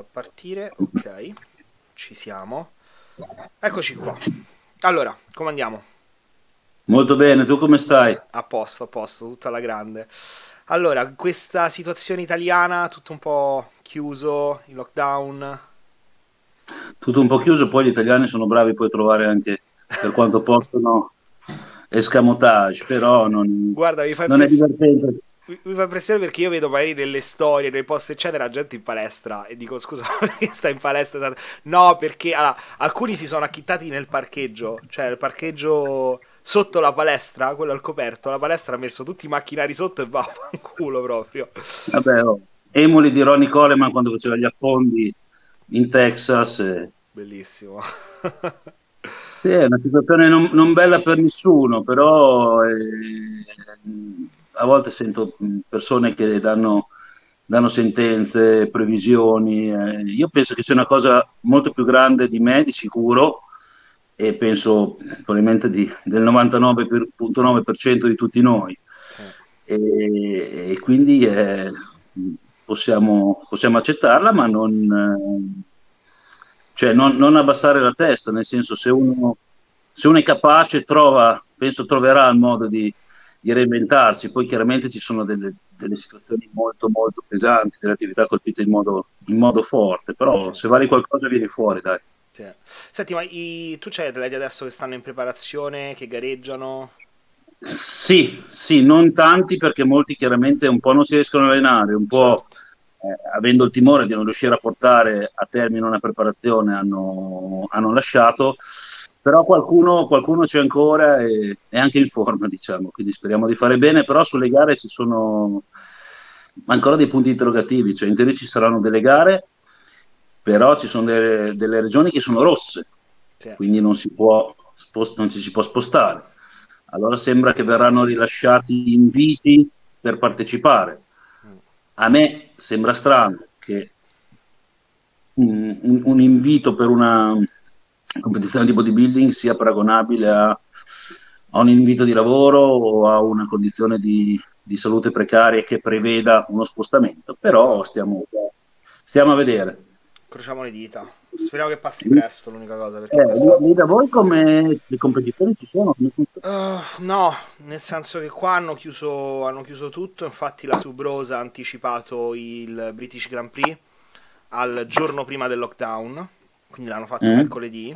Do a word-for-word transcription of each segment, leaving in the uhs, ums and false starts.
partire, ok, ci siamo. Eccoci qua. Allora, come andiamo? Molto bene, tu come stai? A posto, a posto, tutto alla grande. Allora, questa situazione italiana, tutto un po' chiuso, il lockdown. Tutto un po' chiuso, poi gli italiani sono bravi poi a trovare anche, per quanto possono, escamotage, però non, Guarda, mi fa non è impressione. divertente. Mi mi fa impressione perché io vedo magari nelle storie, nei post eccetera, gente in palestra e dico scusa, perché sta in palestra? No, perché allora, alcuni si sono acchittati nel parcheggio, cioè il parcheggio sotto la palestra, quello al coperto, la palestra ha messo tutti i macchinari sotto e va a fanculo proprio. Vabbè, oh, emuli di Ronnie Coleman quando faceva gli affondi in Texas. eh. Bellissimo. Sì, è una situazione non, non bella per nessuno, però eh, a volte sento mh, persone che danno, danno sentenze, previsioni. eh. Io penso che sia una cosa molto più grande di me, di sicuro, e penso probabilmente di- del novantanove virgola nove per cento di tutti noi. Sì. E, e quindi eh, possiamo, possiamo accettarla, ma non, eh, cioè non, non abbassare la testa, nel senso se uno, se uno è capace, trova, penso troverà il modo di, di reinventarsi. Poi chiaramente ci sono delle, delle situazioni molto molto pesanti, delle attività colpite in modo, in modo forte, però Sì. se vale qualcosa vieni fuori, dai. Sì. Senti, ma i- tu c'hai atleti adesso che stanno in preparazione, che gareggiano? Sì, sì, non tanti perché molti chiaramente un po' non si riescono a allenare, un po' Certo. eh, avendo il timore di non riuscire a portare a termine una preparazione hanno, hanno lasciato, però qualcuno, qualcuno c'è ancora e è anche in forma, diciamo, quindi speriamo di fare bene, però sulle gare ci sono ancora dei punti interrogativi, cioè in teoria ci saranno delle gare, però ci sono delle, delle regioni che sono rosse, Sì. quindi non si può, spost- non ci si può spostare. Allora sembra che verranno rilasciati inviti per partecipare. Mm. A me sembra strano che un, un- un invito per una competizione di bodybuilding sia paragonabile a, a un invito di lavoro o a una condizione di, di salute precaria che preveda uno spostamento, però Esatto. stiamo, stiamo a vedere. Incrociamo le dita. Speriamo che passi Lì, presto, l'unica cosa, perché eh, lì- questa. lì da voi come le competizioni ci sono? Come funziona? Uh, no, nel senso che qua hanno chiuso, hanno chiuso tutto, infatti la Two Bros ha anticipato il British Grand Prix al giorno prima del lockdown, quindi l'hanno fatto Mm? mercoledì.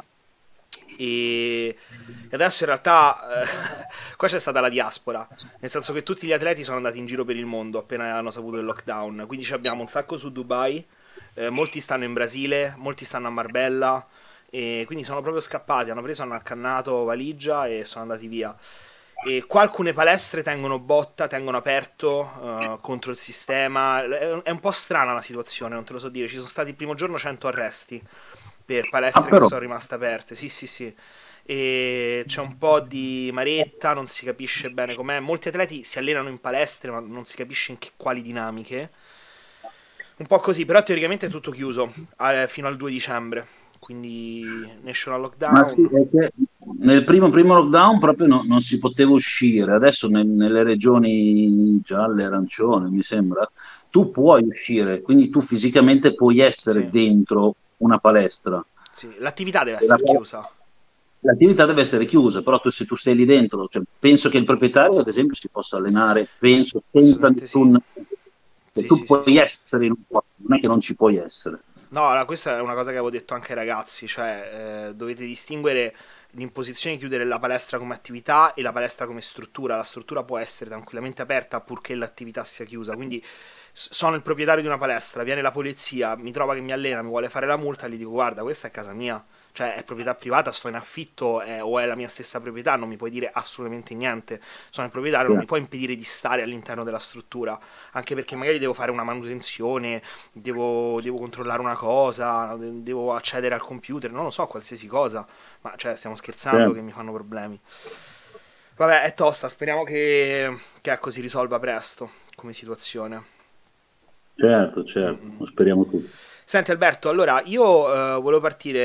E e adesso in realtà eh, qua c'è stata la diaspora, nel senso che tutti gli atleti sono andati in giro per il mondo appena hanno saputo del lockdown, quindi ci abbiamo un sacco su Dubai, eh, molti stanno in Brasile, molti stanno a Marbella, e quindi sono proprio scappati, hanno preso, hanno accannato valigia e sono andati via. E qua alcune palestre tengono botta, tengono aperto eh, contro il sistema. È è un po' strana la situazione, non te lo so dire. Ci sono stati il primo giorno cento arresti per Ah, palestre che però. sono rimaste aperte. Sì, sì, sì. E c'è un po' di maretta, non si capisce bene com'è. Molti atleti si allenano in palestre, ma non si capisce in che, quali dinamiche. Un po' così, però teoricamente è tutto chiuso eh, fino al due dicembre. Quindi national Ma sì, lockdown. è che nel primo, primo lockdown proprio no- non si poteva uscire, adesso nel- nelle regioni gialle, arancione, mi sembra, tu puoi uscire, quindi tu fisicamente puoi essere Sì, dentro una palestra. sì. L'attività deve E la- essere chiusa. L'attività deve essere chiusa, però tu, se tu stai lì dentro, cioè, penso che il proprietario, ad esempio, si possa allenare, penso, senza Assolutamente sì. nessun. Che Sì, tu sì, sì, puoi sì. essere in un posto, non è che non ci puoi essere. No, allora, questa è una cosa che avevo detto anche ai ragazzi, cioè eh, dovete distinguere l'imposizione di chiudere la palestra come attività e la palestra come struttura. La struttura può essere tranquillamente aperta purché l'attività sia chiusa. Quindi s- sono il proprietario di una palestra, viene la polizia, mi trova che mi allena, mi vuole fare la multa, gli dico guarda, questa è casa mia, cioè è proprietà privata, sto in affitto eh, o è la mia stessa proprietà, non mi puoi dire assolutamente niente. Sono il proprietario, non Cioè, mi puoi impedire di stare all'interno della struttura, anche perché magari devo fare una manutenzione, devo, devo controllare una cosa, devo accedere al computer, non lo so, qualsiasi cosa. Ma cioè, stiamo scherzando cioè, che mi fanno problemi. Vabbè, è tosta, speriamo che, che ecco, si risolva presto come situazione. certo, Mm, certo, mm. lo speriamo tutti. Senti Alberto, allora io eh, volevo partire.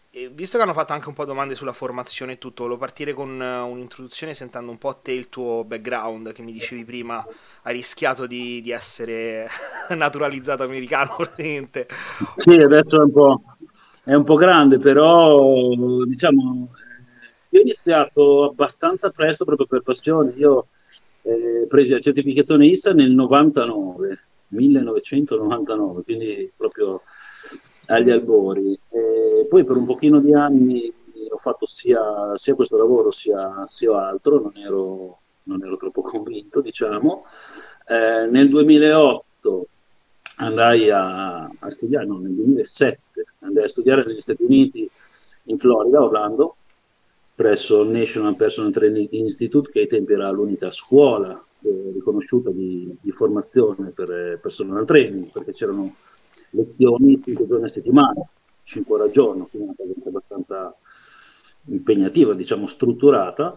E visto che hanno fatto anche un po' domande sulla formazione e tutto, volevo partire con eh, un'introduzione sentendo un po' te il tuo background, che mi dicevi prima, hai rischiato di, di essere naturalizzato americano praticamente. Sì, adesso è un po', è un po' grande, però diciamo, eh, io ho iniziato abbastanza presto proprio per passione. Io eh, presi la certificazione I S A nel novantanove, millenovecentonovantanove, quindi proprio agli albori. E poi per un pochino di anni ho fatto sia, sia questo lavoro sia, sia altro, non ero, non ero troppo convinto, diciamo. Eh, nel duemilaotto andai a, a studiare, no, nel duemilasette andai a studiare negli Stati Uniti, in Florida, Orlando, presso il National Personal Training Institute, che ai tempi era l'unica scuola eh, riconosciuta di, di formazione per eh, personal training, perché c'erano lezioni cinque giorni a settimana, cinque ore al giorno, quindi una cosa anche abbastanza impegnativa, diciamo strutturata.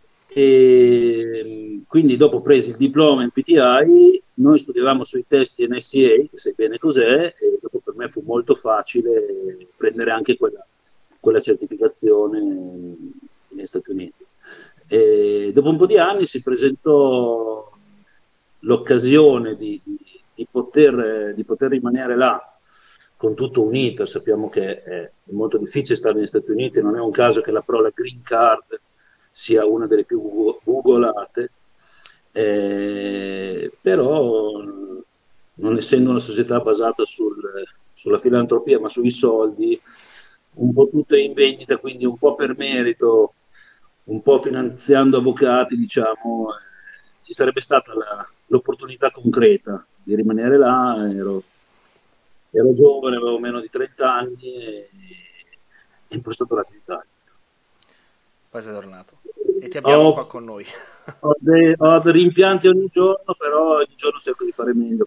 E quindi dopo presi il diploma in P T I, noi studiavamo sui testi N S A, che sai bene cos'è, e dopo per me fu molto facile prendere anche quella, quella certificazione negli Stati Uniti. E dopo un po' di anni si presentò l'occasione di, di, di poter, di poter rimanere là con tutto un iter. Sappiamo che è molto difficile stare negli Stati Uniti, non è un caso che la parola green card sia una delle più googolate, eh, però non essendo una società basata sul, sulla filantropia ma sui soldi, un po' tutto è in vendita, quindi un po' per merito, un po' finanziando avvocati, diciamo, eh, ci sarebbe stata la, l'opportunità concreta di rimanere là. Ero, ero giovane, avevo meno di trenta anni e, e impostato l'attività. Poi sei tornato. E ti Ho, abbiamo qua con noi. ho, dei, ho dei rimpianti ogni giorno, però ogni giorno cerco di fare meglio.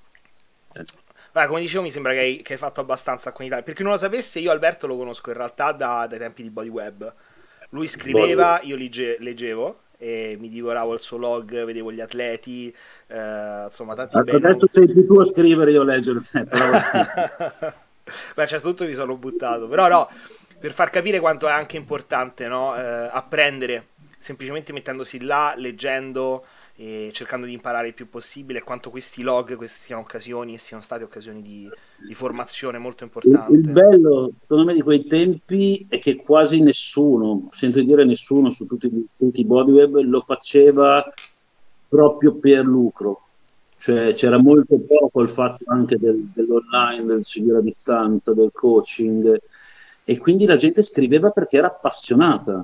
Eh, Beh, come dicevo, mi sembra che hai, che hai fatto abbastanza con l'Italia. Per chi non lo sapesse, io Alberto lo conosco in realtà da- dai tempi di Bodyweb. Lui Bollywood. scriveva, io lige- leggevo e mi divoravo il suo log, vedevo gli atleti, eh, insomma, tanti bei nomi. Adesso sei più tu a scrivere, io a leggere, eh, però va bene. Beh, a un certo punto mi sono buttato, però no, per far capire quanto è anche importante, no, eh, apprendere semplicemente mettendosi là, leggendo e cercando di imparare il più possibile, e quanto questi log, queste siano occasioni e siano state occasioni di, di formazione molto Il, il importante. bello, secondo me, di quei tempi è che quasi nessuno, sento dire nessuno su tutti, i- tutti i bodyweb, lo faceva proprio per lucro. Sì. Cioè c'era molto poco il fatto anche del- dell'online, del seguire a distanza, del coaching, e quindi la gente scriveva perché era appassionata.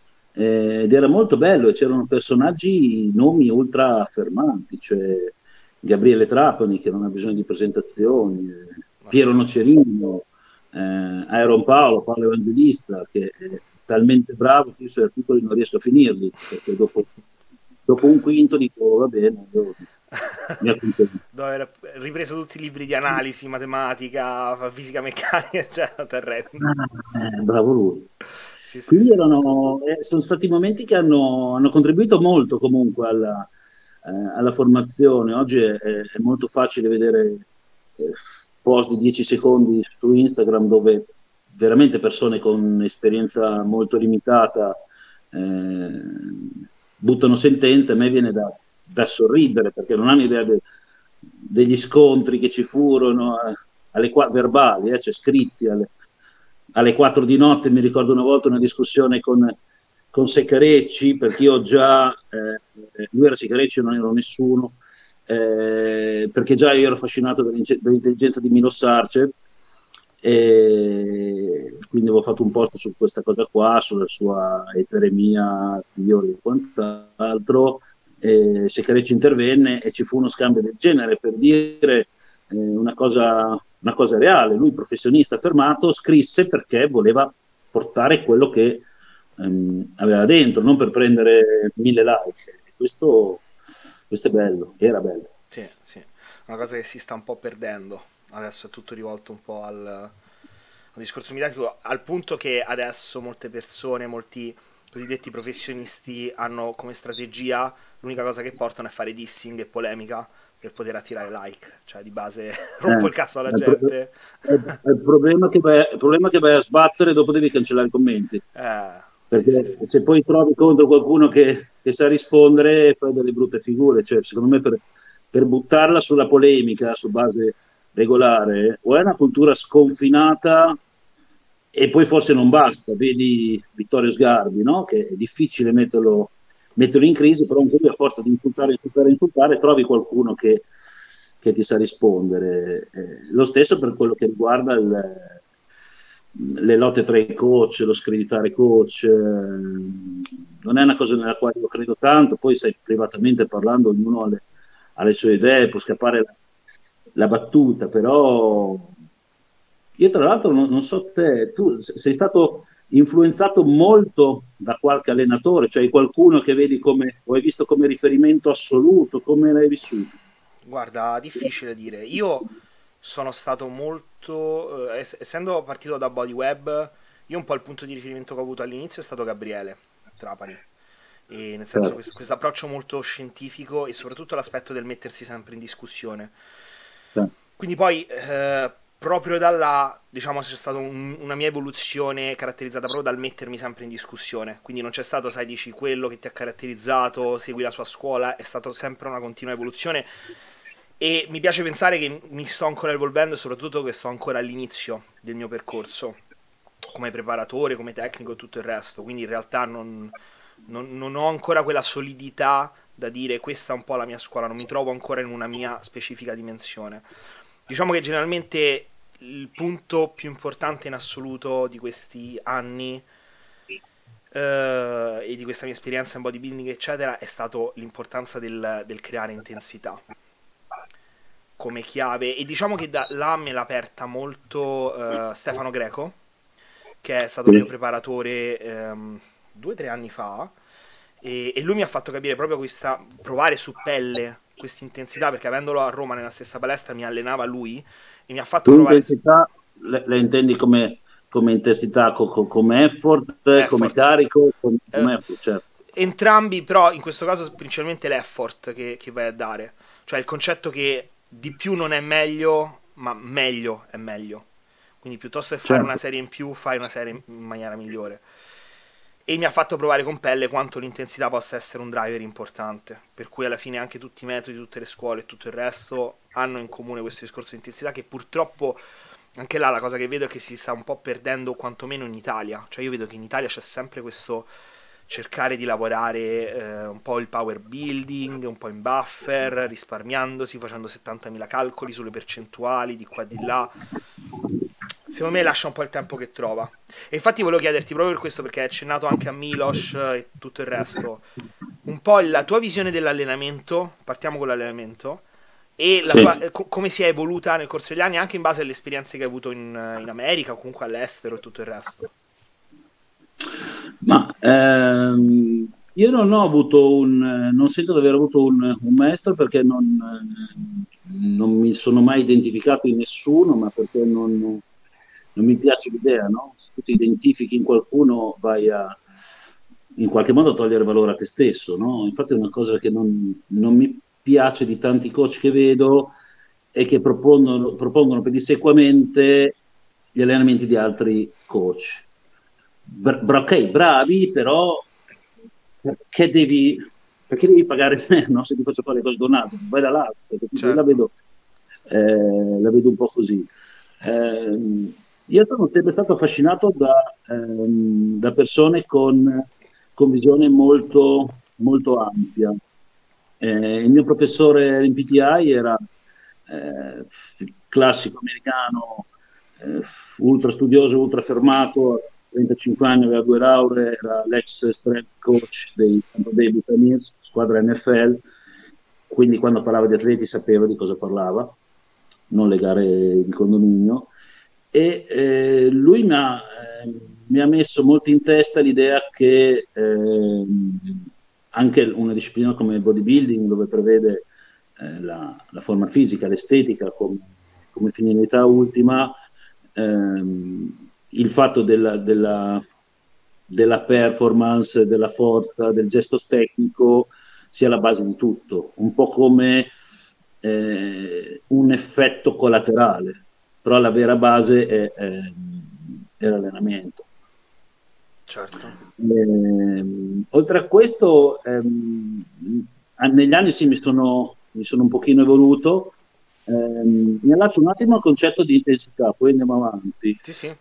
Eh, ed era molto bello, e c'erano personaggi, nomi ultra affermanti, cioè Gabriele Trapani, che non ha bisogno di presentazioni, eh, Piero Assolutamente. Nocerino, eh, Aaron Paolo, Paolo Evangelista, che è talmente bravo che io i suoi articoli non riesco a finirli, perché dopo, dopo un quinto dico, va bene, io mi accontento. Dopo aver ripreso tutti i libri di analisi, matematica, fisica meccanica, cioè, non ti arrendi. Eh, bravo lui. Sì, sì, Quindi sì, sì. erano, eh, sono stati momenti che hanno, hanno contribuito molto comunque alla, eh, alla formazione. Oggi è, è- è molto facile vedere eh, post di dieci secondi su Instagram dove veramente persone con esperienza molto limitata eh, buttano sentenze. A me viene da, da sorridere perché non hanno idea de- degli scontri che ci furono eh, alle qua- verbali, eh, cioè scritti alle, alle quattro di notte. Mi ricordo una volta una discussione con, con Secarecci, perché io già, eh, lui era Secarecci, io non ero nessuno, eh, perché già io ero affascinato dall'intelligenza di Milo Sarcev, e quindi avevo fatto un post su questa cosa qua, sulla sua eteremia, Fiori e quant'altro. E Secarecci intervenne e ci fu uno scambio del genere per dire eh, una cosa, una cosa reale. Lui, professionista affermato, scrisse perché voleva portare quello che ehm, aveva dentro, non per prendere mille like. Questo, questo è bello, era bello. Sì, sì. Una cosa che si sta un po' perdendo. Adesso è tutto rivolto un po' al, al discorso mediatico, al punto che adesso molte persone, molti cosiddetti professionisti hanno come strategia l'unica cosa che portano è fare dissing e polemica per poter attirare like, cioè di base rompo Eh, il cazzo alla è il pro- gente. è- è il problema che vai, il problema che vai a sbattere e dopo devi cancellare i commenti. Eh, sì, sì, Perché sì. se poi trovi contro qualcuno che, che sa rispondere, fai delle brutte figure. Cioè, secondo me, per, per buttarla sulla polemica su base regolare, o è una cultura sconfinata e poi forse non basta. Vedi Vittorio Sgarbi, no? Che è difficile metterlo, metterlo in crisi, però anche lui a forza di insultare, insultare, insultare, trovi qualcuno che, che ti sa rispondere. Eh, lo stesso per quello che riguarda il le lotte tra i coach, lo screditare i coach, eh, non è una cosa nella quale io credo tanto, poi sai, privatamente parlando ognuno ha le, ha le sue idee, può scappare la, la battuta, però io tra l'altro non, non so te, tu sei stato influenzato molto da qualche allenatore, cioè qualcuno che vedi come, o hai visto come riferimento assoluto, come l'hai vissuto? Guarda, difficile dire. Io sono stato molto, eh, ess- essendo partito da Bodyweb, io un po' il punto di riferimento che ho avuto all'inizio è stato Gabriele Trapani. E nel senso Certo, questo approccio molto scientifico e soprattutto l'aspetto del mettersi sempre in discussione. certo. Quindi poi eh, proprio da là, diciamo, c'è stata un- una mia evoluzione caratterizzata proprio dal mettermi sempre in discussione. Quindi non c'è stato, sai, dici quello che ti ha caratterizzato, segui la sua scuola, è stata sempre una continua evoluzione e mi piace pensare che mi sto ancora evolvendo e soprattutto che sto ancora all'inizio del mio percorso come preparatore, come tecnico e tutto il resto. Quindi in realtà non, non- non ho ancora quella solidità da dire questa è un po' la mia scuola, non mi trovo ancora in una mia specifica dimensione. Diciamo che generalmente il punto più importante in assoluto di questi anni eh, e di questa mia esperienza in bodybuilding, eccetera, è stato l'importanza del, del creare intensità come chiave. E diciamo che da là me l'ha aperta molto eh, Stefano Greco, che è stato il mio Sì. preparatore ehm, due o tre anni fa. E, e lui mi ha fatto capire proprio questa, provare su pelle questa intensità, perché avendolo a Roma nella stessa palestra mi allenava lui e mi ha fatto Tu provare intensità le, le intendi come, come intensità, co- co- come effort, eh, come effort. carico, come, Eh, come effort, certo. entrambi, però in questo caso principalmente l'effort che, che vai a dare, cioè il concetto che di più non è meglio, ma meglio è meglio. Quindi piuttosto che fare una Certo. serie in più, fai una serie in maniera migliore. E mi ha fatto provare con pelle quanto l'intensità possa essere un driver importante, per cui alla fine anche tutti i metodi, tutte le scuole e tutto il resto hanno in comune questo discorso di intensità che purtroppo anche là la cosa che vedo è che si sta un po' perdendo quantomeno in Italia, cioè io vedo che in Italia c'è sempre questo cercare di lavorare eh, un po' il power building, un po' in buffer, risparmiandosi, facendo settantamila calcoli sulle percentuali di qua e di là. Secondo me lascia un po' il tempo che trova. E infatti volevo chiederti proprio per questo, perché hai accennato anche a Milos e tutto il resto, un po' la tua visione dell'allenamento, partiamo con l'allenamento, e la tua, Sì. eh, co- come si è evoluta nel corso degli anni, anche in base alle esperienze che hai avuto in, in America o comunque all'estero e tutto il resto. Ma ehm, io non ho avuto un, eh, non sento di aver avuto un, un maestro perché non, eh, non mi sono mai identificato in nessuno, ma perché non, non mi piace l'idea, no? Se tu ti identifichi in qualcuno, vai a in qualche modo a togliere valore a te stesso, no? Infatti è una cosa che non, non mi piace di tanti coach che vedo e che propongono, propongono pedissequamente gli allenamenti di altri coach. Bra- bra- ok, bravi, però perché devi, perché devi pagare me, no? Se ti faccio fare le cose donate, vai da là, perché io la Certo. vedo, eh, la vedo un po' così. Ehm, io sono sempre stato affascinato da, ehm, da persone con, con visione molto, molto ampia. Eh, il mio professore in P T I era eh, classico americano, eh, ultra studioso, ultra fermato, a trentacinque anni aveva due lauree, era l'ex strength coach dei Tampa Bay Buccaneers, squadra N F L, quindi quando parlava di atleti sapeva di cosa parlava, non le gare di condominio. E eh, lui mi ha, eh, mi ha messo molto in testa l'idea che eh, anche una disciplina come il bodybuilding, dove prevede eh, la, la forma fisica, l'estetica come, come finalità ultima, ehm, il fatto della, della, della performance, della forza, del gesto tecnico sia la base di tutto. Un po' come eh, un effetto collaterale, però la vera base è, è, è l'allenamento. Certo. Eh, oltre a questo, ehm, negli anni sì mi sono, mi sono un pochino evoluto. Ehm, mi allaccio un attimo al concetto di intensità, poi andiamo avanti. Sì, sì.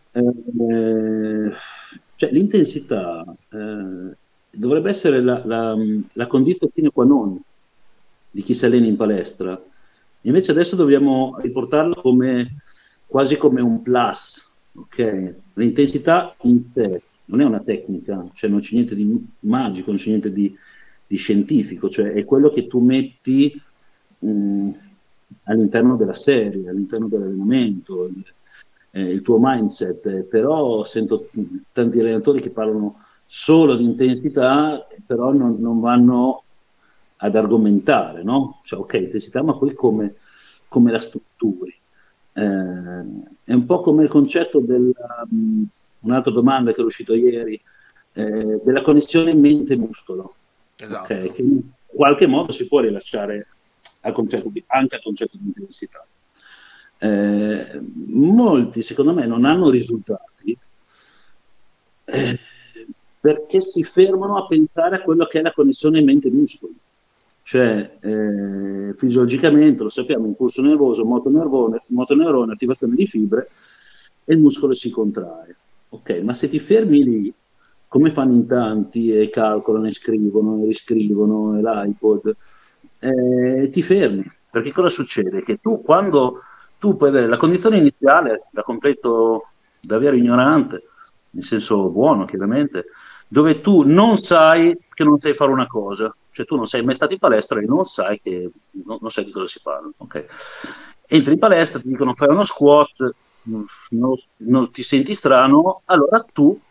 Eh, cioè, l'intensità eh, dovrebbe essere la, la, la condizione sine qua non di chi si allena in palestra. Invece adesso dobbiamo riportarla come, quasi come un plus, ok? L'intensità in sé non è una tecnica, cioè non c'è niente di magico, non c'è niente di, di scientifico, cioè è quello che tu metti mh, all'interno della serie, all'interno dell'allenamento, il, eh, il tuo mindset. Eh, però sento tanti allenatori che parlano solo di intensità, però non, non vanno ad argomentare, no? Cioè, ok, intensità, ma poi come, come la strutturi? Eh, è un po' come il concetto della, um, un'altra domanda che è uscita ieri, eh, della connessione mente-muscolo, ok? Esatto. Che in qualche modo si può rilasciare al concetto di, anche al concetto di intensità. Eh, molti, secondo me, non hanno risultati eh, perché si fermano a pensare a quello che è la connessione mente-muscolo. Cioè, eh, fisiologicamente, lo sappiamo, impulso nervoso, motoneurone, motoneurone, attivazione di fibre e il muscolo si contrae. Ok, ma se ti fermi lì, come fanno in tanti e calcolano e scrivono e riscrivono e l'iPod, eh, ti fermi. Perché cosa succede? Che tu quando tu puoi avere la condizione iniziale, la completo davvero ignorante, in senso buono chiaramente, dove tu non sai che non sai fare una cosa, cioè tu non sei mai stato in palestra e non sai che non, non sai di cosa si parla. Okay? Entri in palestra, ti dicono fai uno squat, non, non ti senti strano, allora tu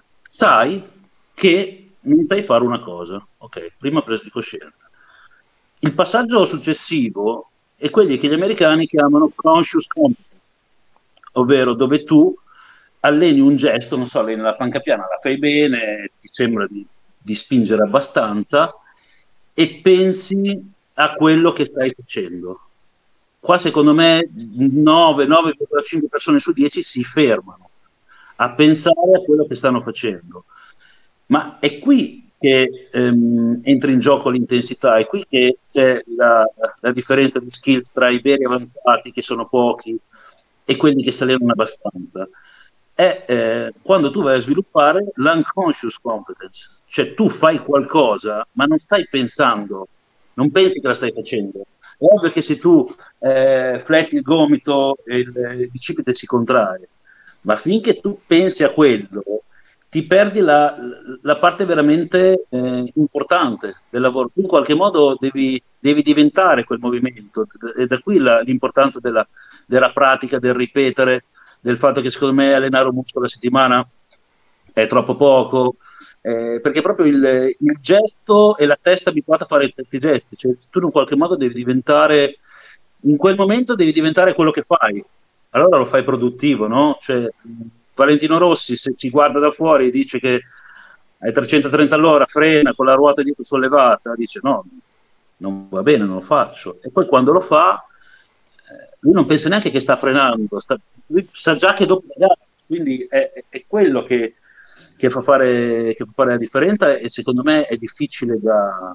sai che non sai fare una cosa. Ok, prima presa di coscienza. Il passaggio successivo è quelli che gli americani chiamano conscious competence, ovvero dove tu alleni un gesto, non so, alleni la panca piana, la fai bene, ti sembra di, di spingere abbastanza e pensi a quello che stai facendo. Qua secondo me nove nove virgola cinque persone su dieci si fermano a pensare a quello che stanno facendo. Ma è qui che ehm, entra in gioco l'intensità, è qui che c'è la, la differenza di skills tra i veri avanzati, che sono pochi, e quelli che si allenano abbastanza. È eh, quando tu vai a sviluppare l'unconscious competence, cioè tu fai qualcosa, ma non stai pensando, non pensi che la stai facendo. È ovvio che se tu eh, fletti il gomito e il, il bicipite si contrae, ma finché tu pensi a quello, ti perdi la, la parte veramente eh, importante del lavoro. Tu in qualche modo devi, devi diventare quel movimento, e da qui la, l'importanza della, della pratica, del ripetere, del fatto che secondo me allenare un muscolo a settimana è troppo poco, eh, perché proprio il, il gesto e la testa abituata a fare certi gesti, cioè tu in qualche modo devi diventare, in quel momento devi diventare quello che fai, allora lo fai produttivo, no? Cioè, Valentino Rossi, se ci guarda da fuori e dice che ai trecentotrenta all'ora frena con la ruota dietro sollevata, dice no, non va bene, non lo faccio. E poi quando lo fa, eh, lui non pensa neanche che sta frenando, sta, lui sa già che dopo la gara, quindi è, è quello che, che, fa fare, che fa fare la differenza e secondo me è difficile da,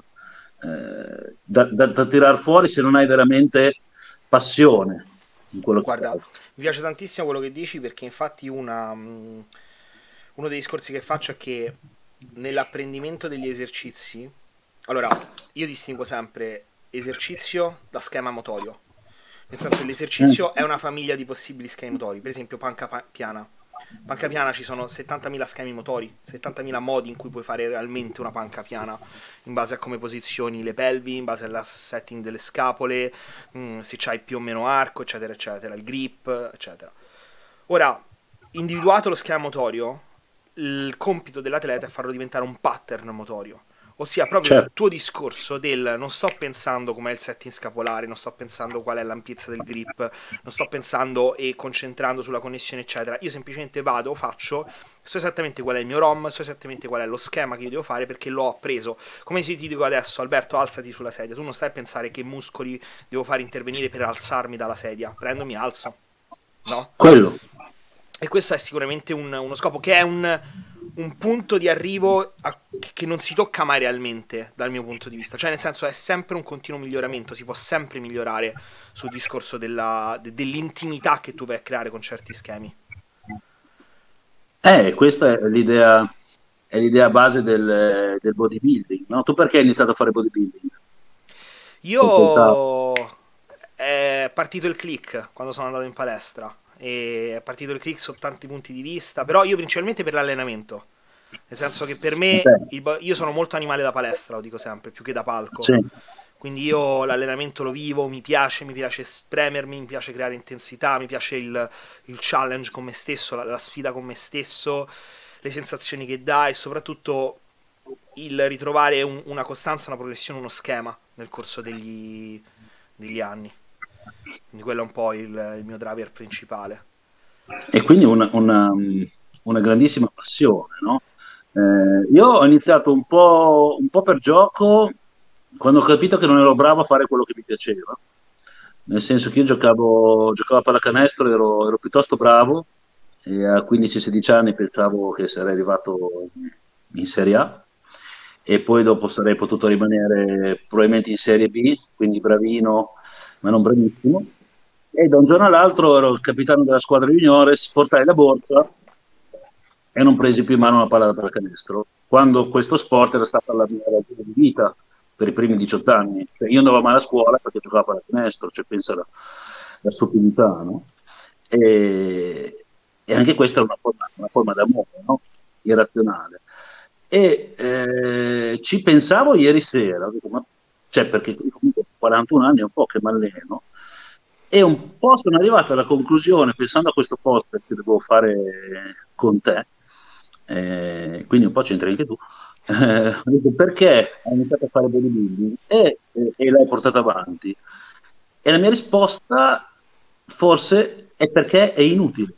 eh, da, da, da tirar fuori se non hai veramente passione in quello che Guarda, fai. mi piace tantissimo quello che dici perché infatti una, mh, uno dei discorsi che faccio è che nell'apprendimento degli esercizi, allora io distingo sempre esercizio da schema motorio, nel senso che Eh, l'esercizio è una famiglia di possibili schemi motori, per esempio panca pa- piana. Panca piana ci sono settantamila schemi motori, settantamila modi in cui puoi fare realmente una panca piana, in base a come posizioni le pelvi, in base al setting delle scapole, mh, se c'hai più o meno arco, eccetera, eccetera, il grip, eccetera. Ora, individuato lo schema motorio, il compito dell'atleta è farlo diventare un pattern motorio, Ossia proprio il certo. tuo discorso del non sto pensando com'è il setting scapolare, non sto pensando qual è l'ampiezza del grip, non sto pensando e concentrando sulla connessione, eccetera. Io semplicemente vado, faccio, so esattamente qual è il mio ROM, so esattamente qual è lo schema che io devo fare perché l'ho appreso. Come se ti dico adesso, Alberto, alzati sulla sedia, tu non stai a pensare che muscoli devo fare intervenire per alzarmi dalla sedia. Prendo, mi alzo, no? Quello. E questo è sicuramente un- uno scopo che è un, un punto di arrivo a- che non si tocca mai realmente dal mio punto di vista. Cioè, nel senso, è sempre un continuo miglioramento, si può sempre migliorare sul discorso della- de- dell'intimità che tu vai a creare con certi schemi. Eh, questa è l'idea, è l'idea base del, del bodybuilding, no? Tu perché hai iniziato a fare bodybuilding? Perché età? Io è partito il click quando sono andato in palestra. E è partito il click sotto tanti punti di vista, però io principalmente per l'allenamento. Nel senso che per me Ok. il bo- io sono molto animale da palestra, lo dico sempre, più che da palco. Sì. Quindi io l'allenamento lo vivo, mi piace, mi piace spremermi, mi piace creare intensità, mi piace il, il challenge con me stesso, la, la sfida con me stesso, le sensazioni che dà e soprattutto il ritrovare un- una costanza, una progressione, uno schema nel corso degli, degli anni. Quindi quello è un po' il, il mio driver principale. E quindi una, una, una grandissima passione, no? Eh, io ho iniziato un po', un po' per gioco quando ho capito che non ero bravo a fare quello che mi piaceva. Nel senso che io giocavo, giocavo a pallacanestro, ero, ero piuttosto bravo e a quindici sedici anni pensavo che sarei arrivato in Serie A e poi dopo sarei potuto rimanere probabilmente in Serie B, quindi bravino, ma non bravissimo. E da un giorno all'altro ero il capitano della squadra juniores, portai la borsa e non presi più in mano una palla da pallacanestro, quando questo sport era stata la mia ragione di vita per i primi diciotto anni. Cioè, io andavo male a scuola perché giocavo a pallacanestro, cioè pensa alla, alla stupidità, no? E, e anche questa è una forma, una forma d'amore, no? Irrazionale. E eh, ci pensavo ieri sera, dico, ma- cioè perché comunque ho quarantuno anni è un po' che mi alleno, e un po' sono arrivato alla conclusione, pensando a questo post che devo fare con te, eh, quindi un po' c'entri anche tu, eh, ho detto, perché hai iniziato a fare bodybuilding e, e, e l'hai portato avanti? E la mia risposta forse è perché è inutile.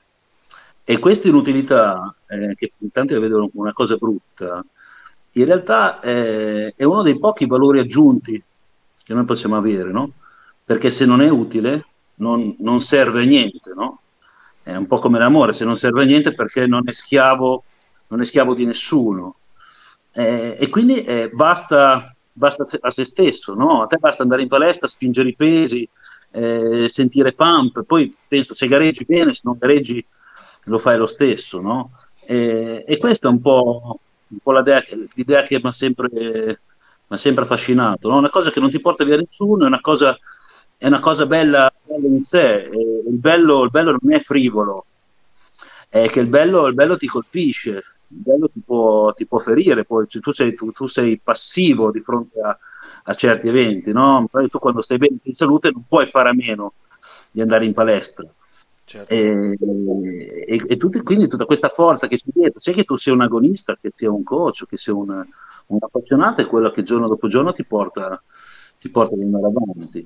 E questa inutilità, eh, che in tanti la vedono come una cosa brutta, in realtà eh, è uno dei pochi valori aggiunti che noi possiamo avere, no? Perché se non è utile, non, non serve a niente, no? È un po' come l'amore, se non serve a niente perché non è schiavo, non è schiavo di nessuno. Eh, e quindi eh, basta, basta a se stesso, no? A te basta andare in palestra, spingere i pesi, eh, sentire pump, poi penso se gareggi bene, se non gareggi lo fai lo stesso, no? E, e questa è un po', un po' l'idea, l'idea che mi ha sempre, m'ha sempre affascinato, no? Una cosa che non ti porta via nessuno, è una cosa, è una cosa bella, bella in sé. E il bello, il bello non è frivolo, è che il bello, il bello ti colpisce, il bello ti può, ti può ferire, poi cioè, tu, sei, tu, tu sei passivo di fronte a, a certi eventi, no? Magari tu quando stai bene in salute non puoi fare a meno di andare in palestra. Certo. E, e, e tutti- quindi tutta questa forza che c'è dietro, sia che tu sia un agonista, che sia un coach, che sia un, un appassionato, è quella che giorno dopo giorno ti porta, ti porta ad andare avanti.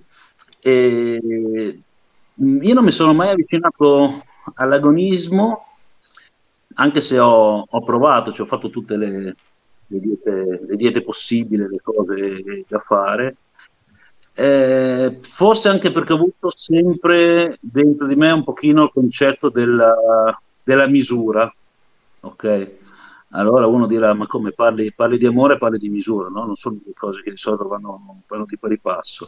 E, mh, io non mi sono mai avvicinato all'agonismo, anche se ho, ho provato, cioè ho fatto tutte le, le diete, le diete possibili, le cose da fare. Eh, forse anche perché ho avuto sempre dentro di me un pochino il concetto della, della misura, ok? Allora uno dirà, ma come parli, parli di amore, parli di misura, no? Non sono due cose che di solito vanno, vanno di pari passo.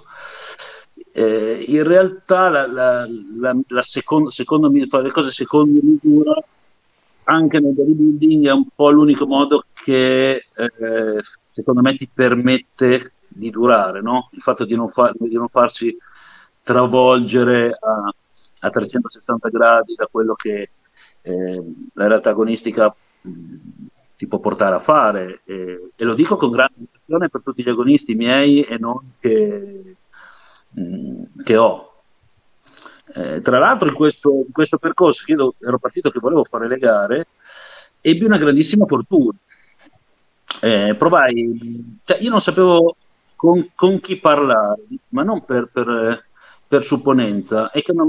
Eh, in realtà la, la, la, la secondo, secondo me, fare le cose secondo misura anche nel bodybuilding è un po' l'unico modo che eh, secondo me ti permette di durare, no? Il fatto di non, fa- di non farsi travolgere a, a trecentosessanta gradi da quello che eh, la realtà agonistica mh, ti può portare a fare. E, e lo dico Certo. con grande attenzione per tutti gli agonisti miei e non che, mh, che ho. Eh, tra l'altro in questo, in questo percorso, che io ero partito che volevo fare le gare, ebbi una grandissima fortuna, Eh, provai, cioè io non sapevo con, con chi parlare, ma non per, per- per supponenza, è che non-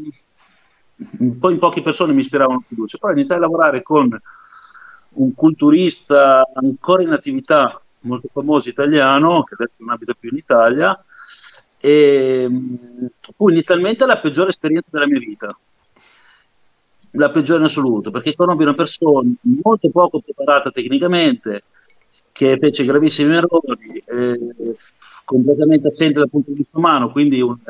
non- poi in poche persone mi ispiravano fiducia, poi iniziai a lavorare con un culturista ancora in attività, molto famoso italiano, che adesso non abita più in Italia, e mh, fu inizialmente la peggiore esperienza della mia vita, la peggiore in assoluto, perché conobbi una persona molto poco preparata tecnicamente, che fece gravissimi errori, eh, completamente assente dal punto di vista umano, quindi un,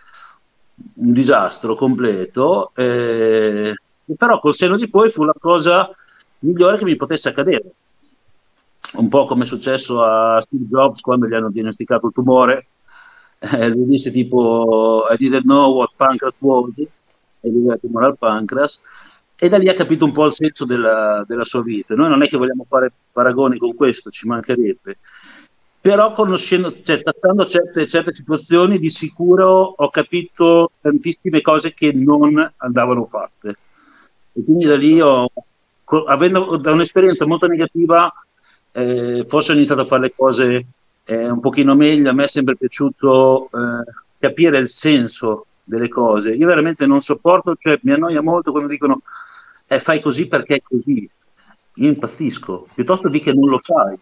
un disastro completo, eh, però col senno di poi fu la cosa migliore che mi potesse accadere. Un po' come è successo a Steve Jobs quando gli hanno diagnosticato il tumore, eh, lui disse tipo I didn't know what pancreas was, e lui aveva tumore al pancreas, e da lì ha capito un po' il senso della, della sua vita. Noi non è che vogliamo fare paragoni con questo, ci mancherebbe, però conoscendo, cioè, trattando certe, certe situazioni, di sicuro ho capito tantissime cose che non andavano fatte. E quindi da lì Certo. ho, co- avendo da un'esperienza molto negativa, eh, forse ho iniziato a fare le cose eh, un pochino meglio. A me è sempre piaciuto eh, capire il senso delle cose. Io veramente non sopporto, cioè mi annoia molto quando dicono eh, fai così perché è così. Io impazzisco, piuttosto di che non lo fai.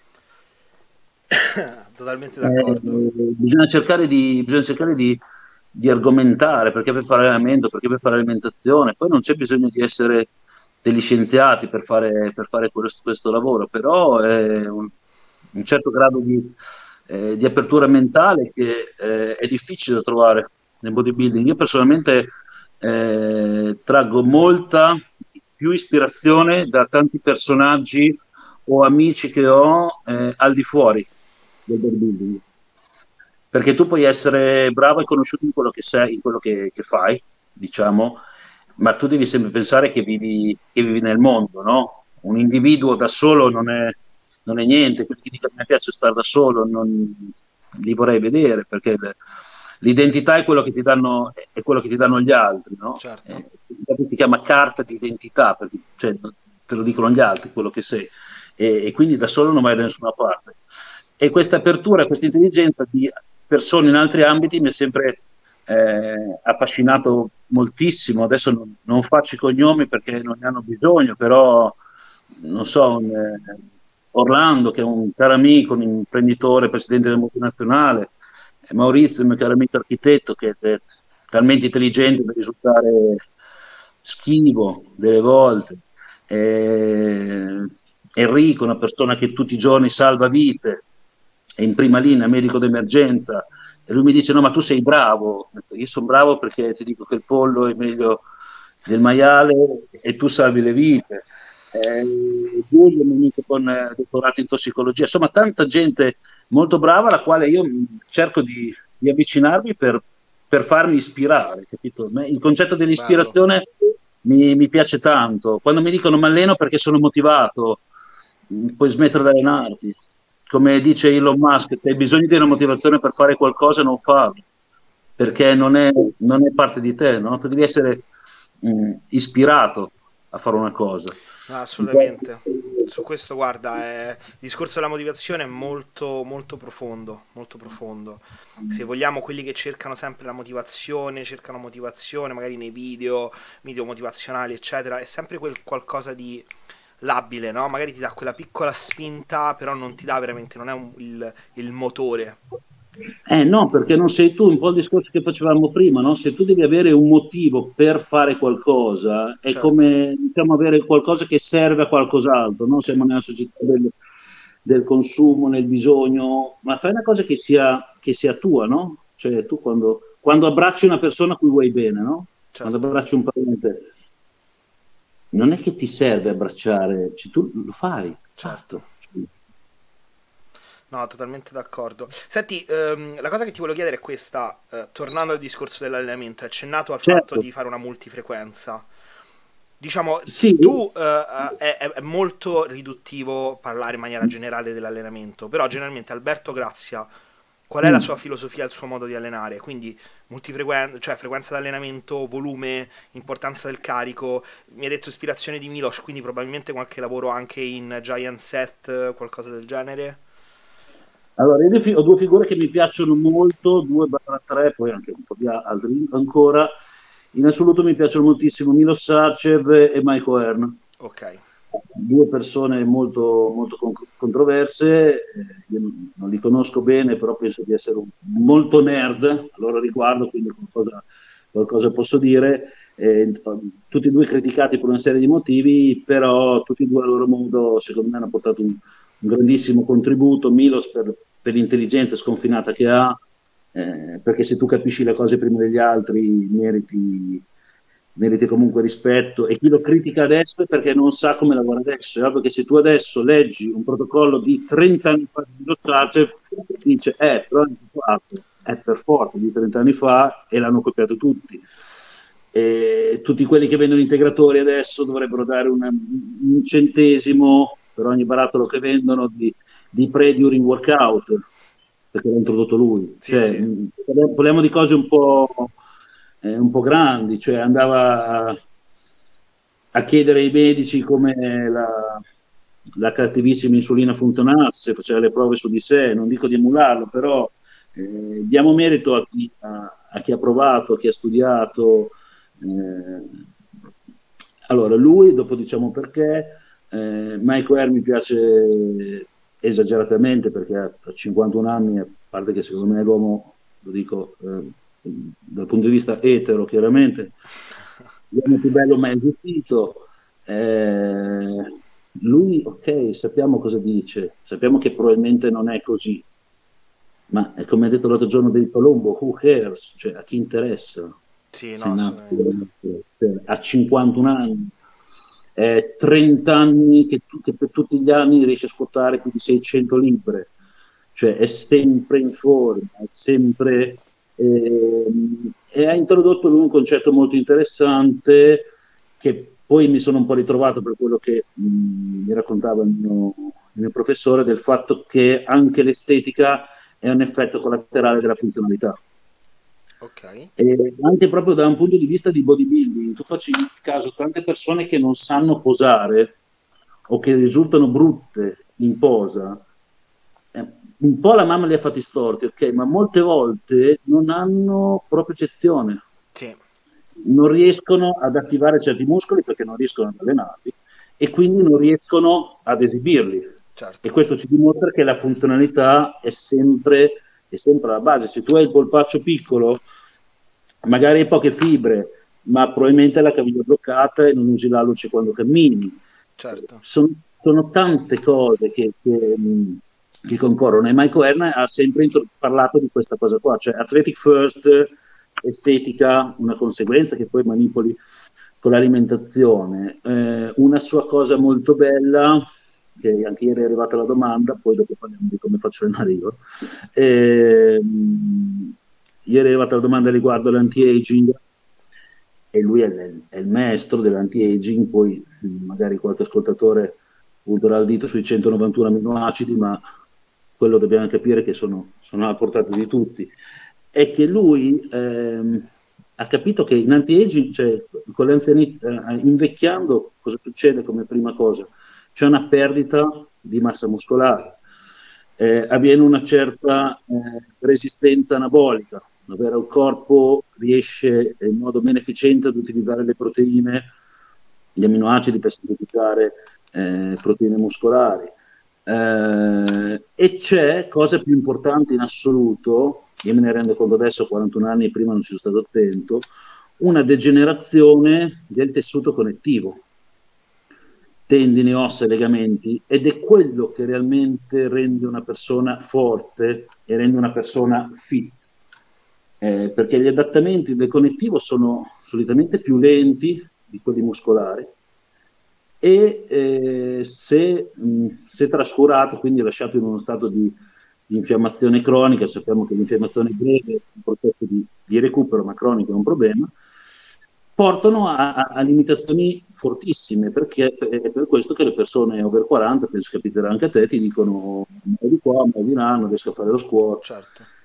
Totalmente Eh, d'accordo. bisogna cercare di, bisogna cercare di, di argomentare perché per fare allenamento, perché per fare alimentazione. Poi non c'è bisogno di essere degli scienziati per fare, per fare questo, questo lavoro, però è un, un certo grado di, eh, di apertura mentale che eh, è difficile da trovare nel bodybuilding. Io personalmente eh, traggo molta più ispirazione da tanti personaggi o amici che ho eh, al di fuori del bodybuilding. Perché tu puoi essere bravo e conosciuto in quello che sei, in quello che, che fai, diciamo, ma tu devi sempre pensare che vivi, che vivi nel mondo, no? Un individuo da solo non è, non è niente, quelli che dicono a me piace stare da solo, non li vorrei vedere, perché le- l'identità è quello che ti danno, è quello che ti danno gli altri, no? Certo. Eh, infatti si chiama carta di identità, perché cioè, te lo dicono gli altri quello che sei, e, e quindi da solo non vai da nessuna parte. E questa apertura, questa intelligenza di persone in altri ambiti mi è sempre eh, affascinato moltissimo. Adesso non, non faccio i cognomi perché non ne hanno bisogno, però non so, un, eh, Orlando, che è un caro amico, un imprenditore, presidente della multinazionale, e Maurizio, il mio caro amico architetto, che è talmente intelligente da risultare schivo delle volte. Eh, Enrico, una persona che tutti i giorni salva vite, è in prima linea, medico d'emergenza, e lui mi dice: No, ma tu sei bravo. Io sono bravo perché ti dico che il pollo è meglio del maiale e tu salvi le vite. Eh, Giulio, un amico con eh, dottorato in tossicologia, insomma, tanta gente molto brava alla quale io mh, cerco di, di avvicinarmi per, per farmi ispirare, capito? Me- Il concetto Bello. dell'ispirazione mi, mi piace tanto. Quando mi dicono mi alleno perché sono motivato, mh, puoi smettere di allenarti. Come dice Elon Musk, se hai bisogno di una motivazione per fare qualcosa, non farlo, perché non è, non è parte di te, no? Tu devi essere mh, ispirato a fare una cosa. No, assolutamente. Su questo, guarda, è- il discorso della motivazione è molto, molto profondo, molto profondo. Se vogliamo, quelli che cercano sempre la motivazione, cercano motivazione, magari nei video, video motivazionali, eccetera, è sempre quel qualcosa di labile, no? Magari ti dà quella piccola spinta, però non ti dà veramente, non è un- il, il motore. Eh no, perché non sei tu, un po' il discorso che facevamo prima, no? Se tu devi avere un motivo per fare qualcosa, è Certo, come diciamo, avere qualcosa che serve a qualcos'altro, no? sì, Siamo nella società del, del consumo, nel bisogno, ma fai una cosa che sia, che sia tua, no? Cioè tu quando, quando abbracci una persona a cui vuoi bene, no? Quando certo, abbracci un parente, non è che ti serve abbracciare, cioè, tu lo fai, certo. basta. No, totalmente d'accordo. Senti, ehm, la cosa che ti volevo chiedere è questa, eh, tornando al discorso dell'allenamento, hai accennato al fatto Certo, di fare una multifrequenza. Diciamo, sì, tu eh, è, è- è molto riduttivo parlare in maniera generale dell'allenamento, però generalmente Alberto Grazia, qual è la sua filosofia, il suo modo di allenare, quindi multifrequen- cioè frequenza di allenamento, volume, importanza del carico. Mi hai detto ispirazione di Milos, quindi probabilmente qualche lavoro anche in Giant Set, qualcosa del genere. Allora, io fi- ho due figure che mi piacciono molto, due barra tre, poi anche un po' di altri ancora. In assoluto mi piacciono moltissimo Milos Sarcev e Mike O'Hearn, Ok, due persone molto, molto con- controverse. Eh, io non non li conosco bene, però penso di essere un- molto nerd a loro riguardo, quindi qualcosa, qualcosa posso dire. Eh, tutti e due criticati per una serie di motivi, però tutti e due a loro modo, secondo me, hanno portato un, un grandissimo contributo. Milos per, per l'intelligenza sconfinata che ha, eh, perché se tu capisci le cose prima degli altri, meriti, meriti comunque rispetto. E chi lo critica adesso è perché non sa come lavora adesso. È ovvio che se tu adesso leggi un protocollo di trenta anni fa di Milosavljev, dice, eh, però è antiquato, è per forza di trenta anni fa e l'hanno copiato tutti. E tutti quelli che vendono integratori adesso dovrebbero dare una- un centesimo per ogni barattolo che vendono di, di pre-during workout, perché l'ha introdotto lui. sì, Cioè, sì, mh, parliamo di cose un po', eh, un po' grandi, cioè andava a, a chiedere ai medici come la, la cattivissima insulina funzionasse, faceva le prove su di sé, non dico di emularlo, però eh, diamo merito a chi, a, a chi ha provato, a chi ha studiato. eh, allora, lui, dopo diciamo perché, eh, Mike Ware mi piace esageratamente perché ha ha cinquantuno anni, a parte che secondo me è l'uomo, lo dico eh, dal punto di vista etero, chiaramente, l'uomo più bello mai esistito. Eh, lui, ok, sappiamo cosa dice, sappiamo che probabilmente non è così, ma è come ha detto l'altro giorno del Colombo, who cares? Cioè, a chi interessa? sì, no, Sei nato assolutamente. cioè, a cinquantuno anni, eh, trenta anni che, tu- che per tutti gli anni riesce a squattare più di seicento libbre, cioè è sempre in forma, è sempre... ehm, e ha introdotto lui un concetto molto interessante che poi mi sono un po' ritrovato per quello che mh, mi raccontava il mio, il mio professore, del fatto che anche l'estetica è un effetto collaterale della funzionalità. Ok, E anche proprio da un punto di vista di bodybuilding, tu facci caso, tante persone che non sanno posare o che risultano brutte in posa, eh, un po' la mamma li ha fatti storti, ok, ma molte volte non hanno propriocezione, sì, non riescono ad attivare certi muscoli perché non riescono ad allenarli e quindi non riescono ad esibirli. E certo. questo ci dimostra che la funzionalità è sempre, è sempre alla base. Se tu hai il polpaccio piccolo, magari hai poche fibre, ma probabilmente hai la caviglia bloccata e non usi l'alluce quando cammini. Certo. Sono, sono tante cose che, che, mh, che concorrono e Michael Erna ha sempre intro- parlato di questa cosa qua, cioè athletic first, estetica, una conseguenza che poi manipoli con l'alimentazione. Eh, una sua cosa molto bella, che anche ieri è arrivata la domanda, poi dopo parliamo di come faccio allenare io. Eh, ieri è arrivata la domanda riguardo l'anti-aging e lui è il, è il maestro dell'anti-aging, poi magari qualche ascoltatore punterà il dito sui centonovantuno aminoacidi, ma quello dobbiamo capire che sono, sono alla portata di tutti. È che lui ehm, ha capito che in anti-aging, cioè con l'anzianità, eh, invecchiando, cosa succede come prima cosa? C'è una perdita di massa muscolare, eh, avviene una certa eh, resistenza anabolica, ovvero il corpo riesce in modo meno efficiente ad utilizzare le proteine, gli aminoacidi per sintetizzare eh, proteine muscolari. Eh, e c'è, cosa più importante in assoluto, io me ne rendo conto adesso, quarantuno anni, prima non ci sono stato attento, una degenerazione del tessuto connettivo, tendini, ossa e legamenti, ed è quello che realmente rende una persona forte e rende una persona fit. Eh, perché gli adattamenti del connettivo sono solitamente più lenti di quelli muscolari e eh, se, mh, se trascurato, quindi lasciato in uno stato di, di infiammazione cronica, sappiamo che l'infiammazione breve è un processo di, di recupero, ma cronico è un problema, portano a, a, a limitazioni fortissime, perché è per questo che le persone over quaranta, penso capiterà anche a te, ti dicono ma di qua, ma di là, non riesco a fare lo squat. Certo.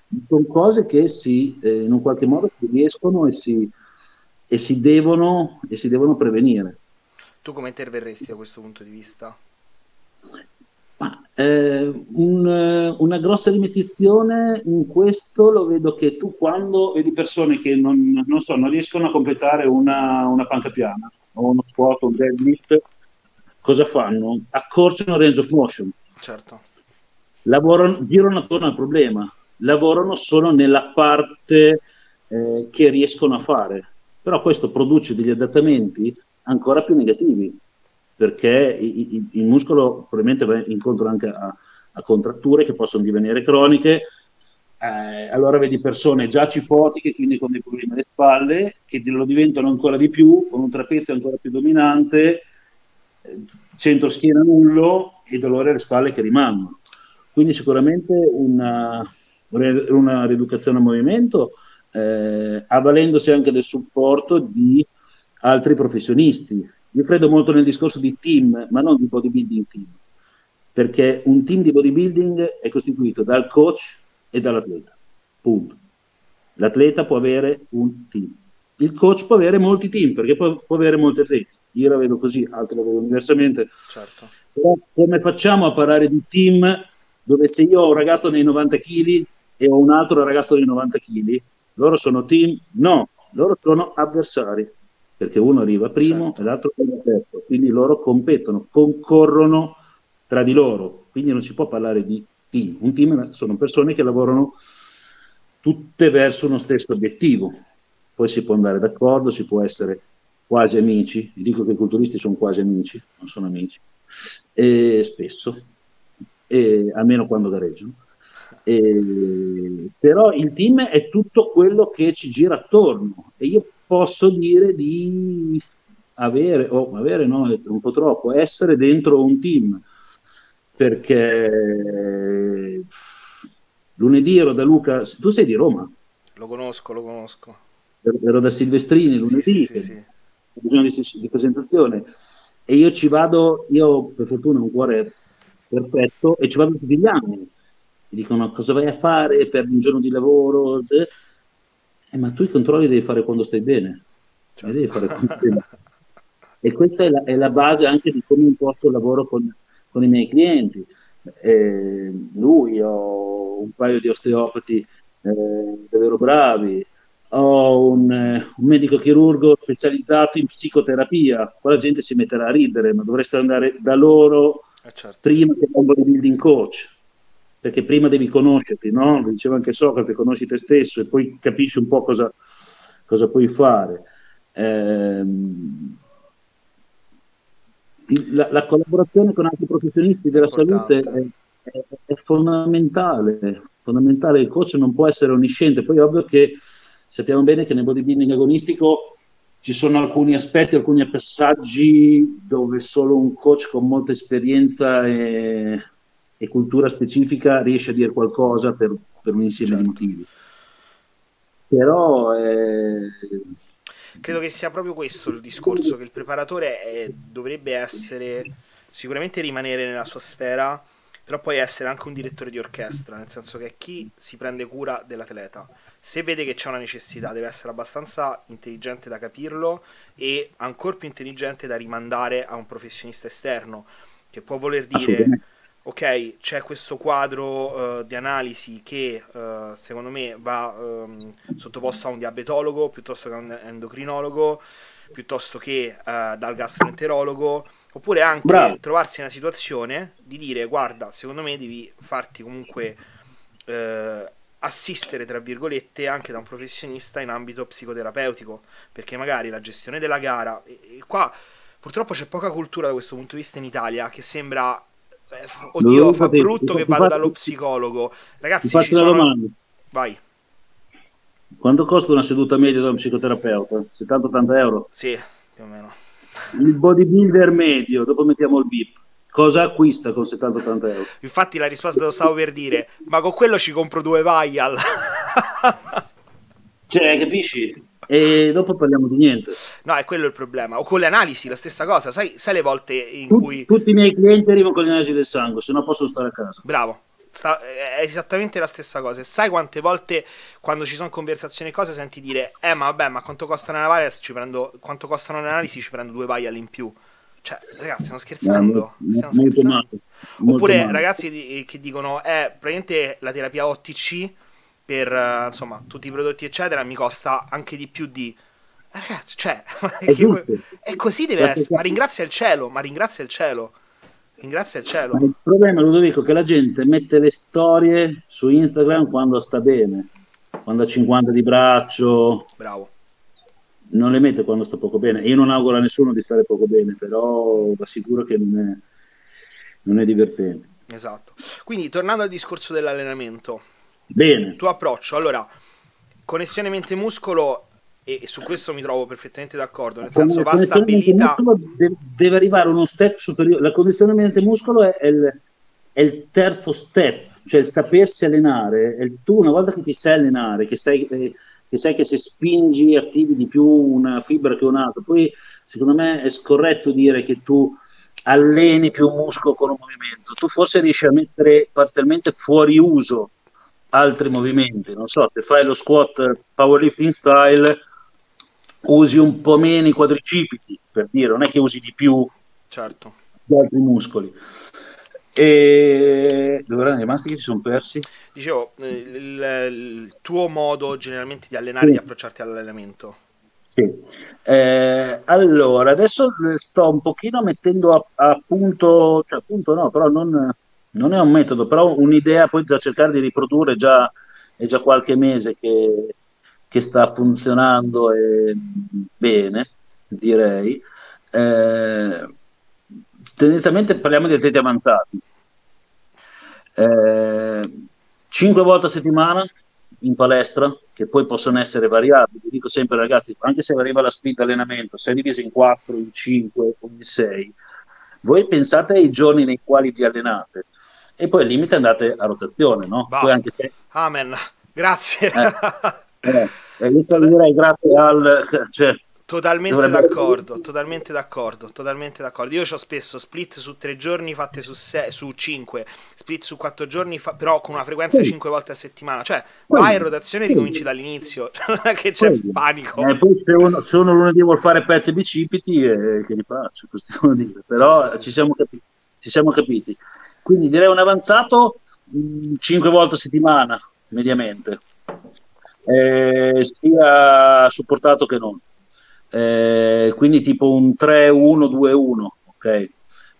sono cose che si, eh, in un qualche modo si riescono e si, e si devono, e si devono prevenire. Tu come interverresti da questo punto di vista? Ma, eh, un, eh, una grossa limitazione in questo lo vedo che tu quando vedi persone che non, non so, non riescono a completare una, una panca piana o uno squat o un deadlift, cosa fanno? Accorciano il range of motion, Certo. lavorano, girano attorno al problema, lavorano solo nella parte eh, che riescono a fare, però questo produce degli adattamenti ancora più negativi, perché i- i- il muscolo probabilmente va incontro anche a, a contratture che possono divenire croniche. Eh, allora vedi persone già cifotiche, quindi con dei problemi alle spalle, che lo diventano ancora di più, con un trapezio ancora più dominante, eh, centro schiena nullo e dolore alle spalle che rimangono. Quindi sicuramente una, una rieducazione al movimento, eh, avvalendosi anche del supporto di altri professionisti. Io credo molto nel discorso di team, ma non di bodybuilding team, perché un team di bodybuilding è costituito dal coach e dall'atleta. Punto. L'atleta può avere un team. Il coach può avere molti team, perché può, può avere molti atleti. Io la vedo così, altri la vedono diversamente. Certo. Però come facciamo a parlare di team dove se io ho un ragazzo nei novanta chili e ho un altro ragazzo nei novanta chili, loro sono team? No, loro sono avversari, perché uno arriva primo Certo. e l'altro arriva terzo. Quindi loro competono, concorrono tra di loro. Quindi non si può parlare di team. Un team sono persone che lavorano tutte verso uno stesso obiettivo. Poi si può andare d'accordo, si può essere quasi amici. Vi dico che i culturisti sono quasi amici, non sono amici, e spesso, e, almeno quando gareggiano. E, però il team è tutto quello che ci gira attorno e io posso dire di avere, o oh, avere no, è un po' troppo, essere dentro un team, perché lunedì ero da Luca, tu sei di Roma? Lo conosco, lo conosco. Ero da Silvestrini Sì, sì, lunedì, sì, che sì. ho bisogno di, di presentazione, e io ci vado, io per fortuna ho un cuore perfetto, e ci vado tutti gli anni. Ti dicono cosa vai a fare, perdi un giorno di lavoro, eh, ma tu i controlli devi fare quando stai bene, li devi Certo. fare quando stai bene. E questa è la, è la base anche di come imposto il lavoro con, con i miei clienti. Eh, lui, ho un paio di osteopati eh, davvero bravi, ho un, eh, un medico chirurgo specializzato in psicoterapia, qua la gente si metterà a ridere, ma dovreste andare da loro Eh, certo. prima che da un bodybuilding coach, perché prima devi conoscerti, no? Lo diceva anche Socrate, conosci te stesso e poi capisci un po' cosa, cosa puoi fare. Ehm, la, la collaborazione con altri professionisti È della salute importante. è, è- è fondamentale, fondamentale. Il coach non può essere onnisciente. Poi è ovvio che sappiamo bene che nel bodybuilding agonistico ci sono alcuni aspetti, alcuni passaggi dove solo un coach con molta esperienza e, e cultura specifica riesce a dire qualcosa per, per un insieme di Certo. motivi. Però eh, Credo che sia proprio questo il discorso, che il preparatore è- dovrebbe essere, sicuramente rimanere nella sua sfera, però poi essere anche un direttore di orchestra, nel senso che è chi si prende cura dell'atleta. Se vede che c'è una necessità, deve essere abbastanza intelligente da capirlo e ancora più intelligente da rimandare a un professionista esterno, che può voler dire, assolutamente. ok, c'è questo quadro eh, di analisi che eh, secondo me va ehm, sottoposto a un diabetologo piuttosto che a un endocrinologo, piuttosto che eh, dal gastroenterologo, oppure anche Bravo. trovarsi in una situazione di dire guarda, secondo me devi farti comunque eh, assistere, tra virgolette, anche da un professionista in ambito psicoterapeutico, perché magari la gestione della gara, e, e qua purtroppo c'è poca cultura da questo punto di vista in Italia, che sembra eh, Lo oddio, devo fa sapere. Ti brutto fa- che ti vado faccio, dallo psicologo. ti Ragazzi, ci faccio una sono. domanda. Vai. Quanto costa una seduta media da un psicoterapeuta? settanta ottanta euro? Sì, più o meno. Il bodybuilder medio, dopo mettiamo il bip, cosa acquista con settanta ottanta euro? Infatti la risposta lo stavo per dire, ma con quello ci compro due Vial. Cioè, capisci? E dopo parliamo di niente. No, è quello il problema. O con le analisi, la stessa cosa. Sai, sai le volte in Tut- cui. tutti i miei clienti arrivano con le analisi del sangue, se no possono stare a casa. Bravo. sta, è esattamente la stessa cosa. E sai quante volte quando ci sono conversazioni e cose senti dire eh ma vabbè, ma quanto costa un'analisi, ci prendo, quanto costano le analisi, ci prendo due vial in più. Cioè, ragazzi, stiamo No, mo- scherzando? mo- Stiamo molto scherzando? male, molto Oppure male. ragazzi di- che dicono eh, praticamente la terapia O T C per eh, insomma tutti i prodotti eccetera mi costa anche di più di eh, ragazzi, cioè, È che- giusto. è così deve essere. Perché Ma ringrazia il cielo, ma ringrazia il cielo, ringrazia il Ma cielo. il problema, Ludovico, è che la gente mette le storie su Instagram quando sta bene, quando ha cinquanta di braccio, Bravo, non le mette quando sta poco bene. Io non auguro a nessuno di stare poco bene, però vi assicuro che non è, non è divertente. esatto. Quindi, tornando al discorso dell'allenamento, Bene, tuo approccio, allora, connessione mente-muscolo, e su questo mi trovo perfettamente d'accordo, nel con senso la va connessione stabilita. mente-muscolo de- deve arrivare uno step superiore. La connessione mente-muscolo è, è il, è il terzo step, cioè il sapersi allenare. È il- tu una volta che ti sai allenare, che sai, eh, che sai che se spingi attivi di più una fibra che un'altra, poi secondo me è scorretto dire che tu alleni più muscolo con un movimento. Tu forse riesci a mettere parzialmente fuori uso altri movimenti. Non so, se fai lo squat powerlifting style, usi un po' meno i quadricipiti, per dire, non è che usi di più Certo. gli altri muscoli. E dove erano rimasti che ci sono persi? Dicevo, eh, il, il tuo modo generalmente di allenare, di Sì, approcciarti all'allenamento. sì. Eh, allora, adesso sto un pochino mettendo a, a punto, cioè a punto no, però non, non è un metodo, però un'idea poi da cercare di riprodurre già, è già qualche mese che, che sta funzionando e bene, direi. Eh, tendenzialmente parliamo di atleti avanzati. Eh, cinque volte a settimana in palestra, che poi possono essere variabili. Vi dico sempre, ragazzi, anche se arriva la spinta allenamento, se è divisa in quattro, in cinque o in sei, voi pensate ai giorni nei quali vi allenate e poi al limite andate a rotazione, no? Bah, Poi anche se... amen. Grazie. Eh, eh, eh, io Tota- direi grazie al... cioè, Totalmente dovrebbe d'accordo, totalmente d'accordo, totalmente d'accordo. Io ho spesso split su tre giorni fatte su, se- su cinque, split su quattro giorni, fa- però con una frequenza sì, cinque volte a settimana. Cioè, vai in quello, rotazione e ricominci quello. dall'inizio, non è che c'è Quello. panico. Eh, poi se uno, se uno lunedì vuol fare petto e bicipiti, eh, che li faccio, questo devo dire. Sì, sì, Però sì, ci sì. siamo capiti, ci siamo capiti. Quindi direi un avanzato cinque volte a settimana, mediamente, eh, sia supportato che non. Eh, quindi tipo un tre uno due uno, ok?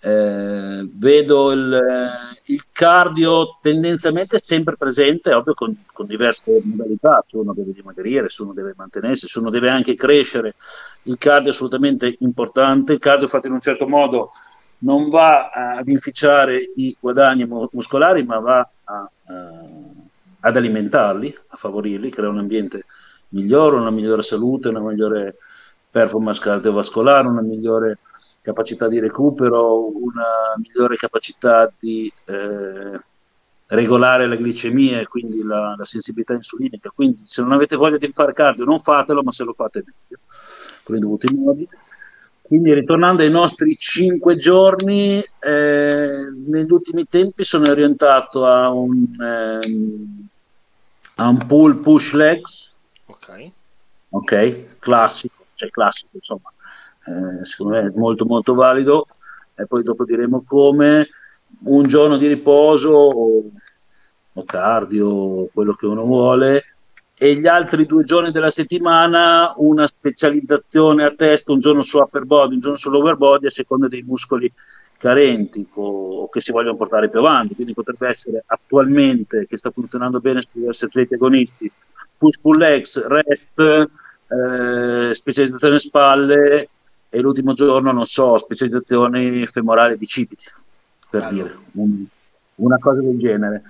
Eh, vedo il, il cardio tendenzialmente sempre presente, ovvio con, con diverse modalità, se uno deve dimagrire, se uno deve mantenersi, se uno deve anche crescere, il cardio è assolutamente importante, il cardio fatto in un certo modo non va ad inficiare i guadagni mu- muscolari, ma va a, eh, ad alimentarli, a favorirli, creare un ambiente migliore, una migliore salute, una migliore performance cardiovascolare, una migliore capacità di recupero, una migliore capacità di eh, regolare la glicemia e quindi la, la sensibilità insulinica. Quindi se non avete voglia di fare cardio non fatelo, ma se lo fate meglio, con i dovuti modi. Quindi ritornando ai nostri cinque giorni, eh, negli ultimi tempi sono orientato a un, ehm, a un pull push legs, Ok. ok? Classico, cioè classico, insomma, eh, secondo me è molto molto valido, e poi dopo diremo come un giorno di riposo o, o cardio, quello che uno vuole, e gli altri due giorni della settimana una specializzazione a testa, un giorno su upper body, un giorno su lower body, a seconda dei muscoli carenti o, o che si vogliono portare più avanti. Quindi potrebbe essere attualmente, che sta funzionando bene su diversi atleti agonisti, push pull legs, rest, eh, specializzazione spalle e l'ultimo giorno, non so, specializzazioni femorali bicipiti, per Bello. dire, un- una cosa del genere.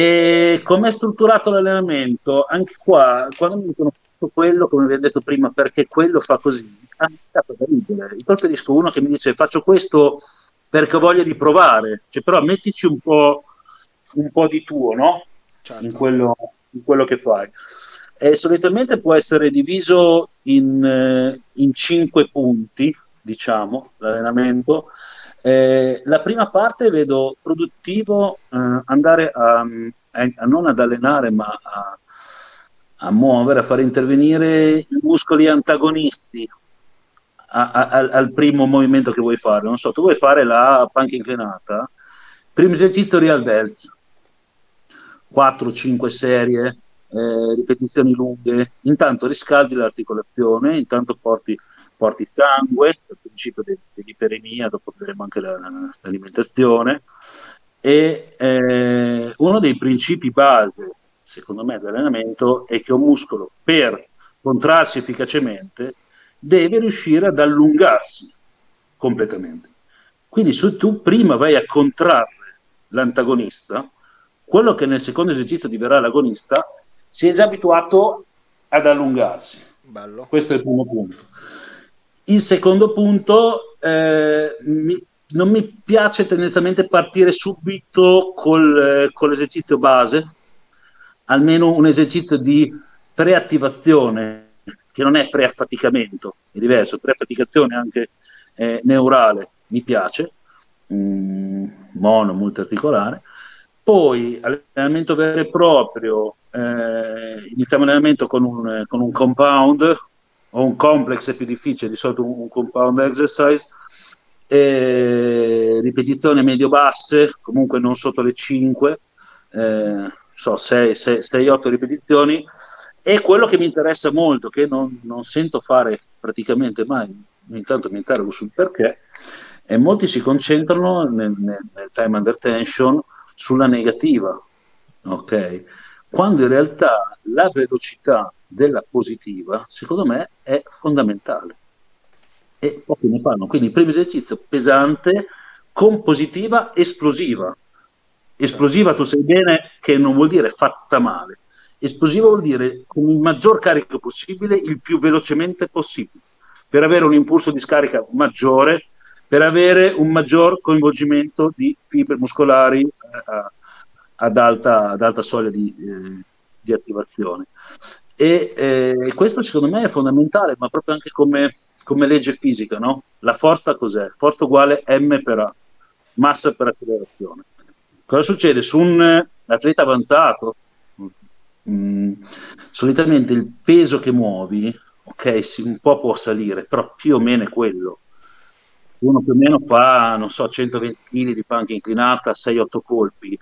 E come è strutturato l'allenamento? Anche qua, quando mi dicono tutto quello, come vi ho detto prima, perché quello fa così, ah, mi scappa da ridere. Io preferisco uno che mi dice faccio questo perché ho voglia di provare, cioè, però mettici un po', un po' di tuo, no? In Certo. quello, in quello che fai. E solitamente può essere diviso in, eh, in cinque punti, diciamo, l'allenamento. Eh, la prima parte vedo produttivo eh, andare a, a- a non ad allenare, ma a, a muovere, a fare intervenire i muscoli antagonisti a- a- al, al primo movimento che vuoi fare. Non so, tu vuoi fare la panca inclinata, primo esercizio real delts, quattro cinque serie, eh, ripetizioni lunghe, intanto riscaldi l'articolazione, intanto porti, porti sangue, il principio de- dell'iperemia, dopo vedremo anche la- l'alimentazione, e eh, uno dei principi base, secondo me, dell'allenamento è che un muscolo per contrarsi efficacemente deve riuscire ad allungarsi completamente. Quindi se tu prima vai a contrarre l'antagonista, quello che nel secondo esercizio diverrà l'agonista si è già abituato ad allungarsi. Bello. Questo è il primo punto. Il secondo punto, eh, mi- non mi piace tendenzialmente partire subito col, eh, con l'esercizio base, almeno un esercizio di preattivazione, che non è preaffaticamento, è diverso, preaffaticazione anche eh, neurale, mi piace, mm, mono, multiarticolare. Poi allenamento vero e proprio, eh, iniziamo l'allenamento con un, con un compound o un complex, è più difficile, di solito un, un compound exercise, eh, ripetizioni medio-basse, comunque non sotto le cinque, eh, so, sei otto ripetizioni, e quello che mi interessa molto, che non, non sento fare praticamente mai, ogni tanto mi interrogo sul perché, e molti si concentrano nel, nel, nel time under tension sulla negativa, ok? Quando in realtà la velocità della positiva, secondo me, è fondamentale. E pochi ne fanno. Quindi il primo esercizio pesante con positiva esplosiva. Certo. Esplosiva, tu sai bene che non vuol dire fatta male. Esplosiva No. vuol dire con il maggior carico possibile, il più velocemente possibile, per avere un impulso di scarica maggiore, per avere un maggior coinvolgimento di fibre muscolari eh, ad, alta, ad alta soglia di, eh, di attivazione. E eh, questo secondo me è fondamentale, ma proprio anche come, come legge fisica, no? La forza cos'è? Forza uguale M per A, massa per accelerazione. Cosa succede? Su un eh, atleta avanzato, mh, solitamente il peso che muovi, ok, si, un po' può salire, però più o meno è quello. Uno più o meno fa, non so, centoventi chili di panca inclinata, sei otto colpi.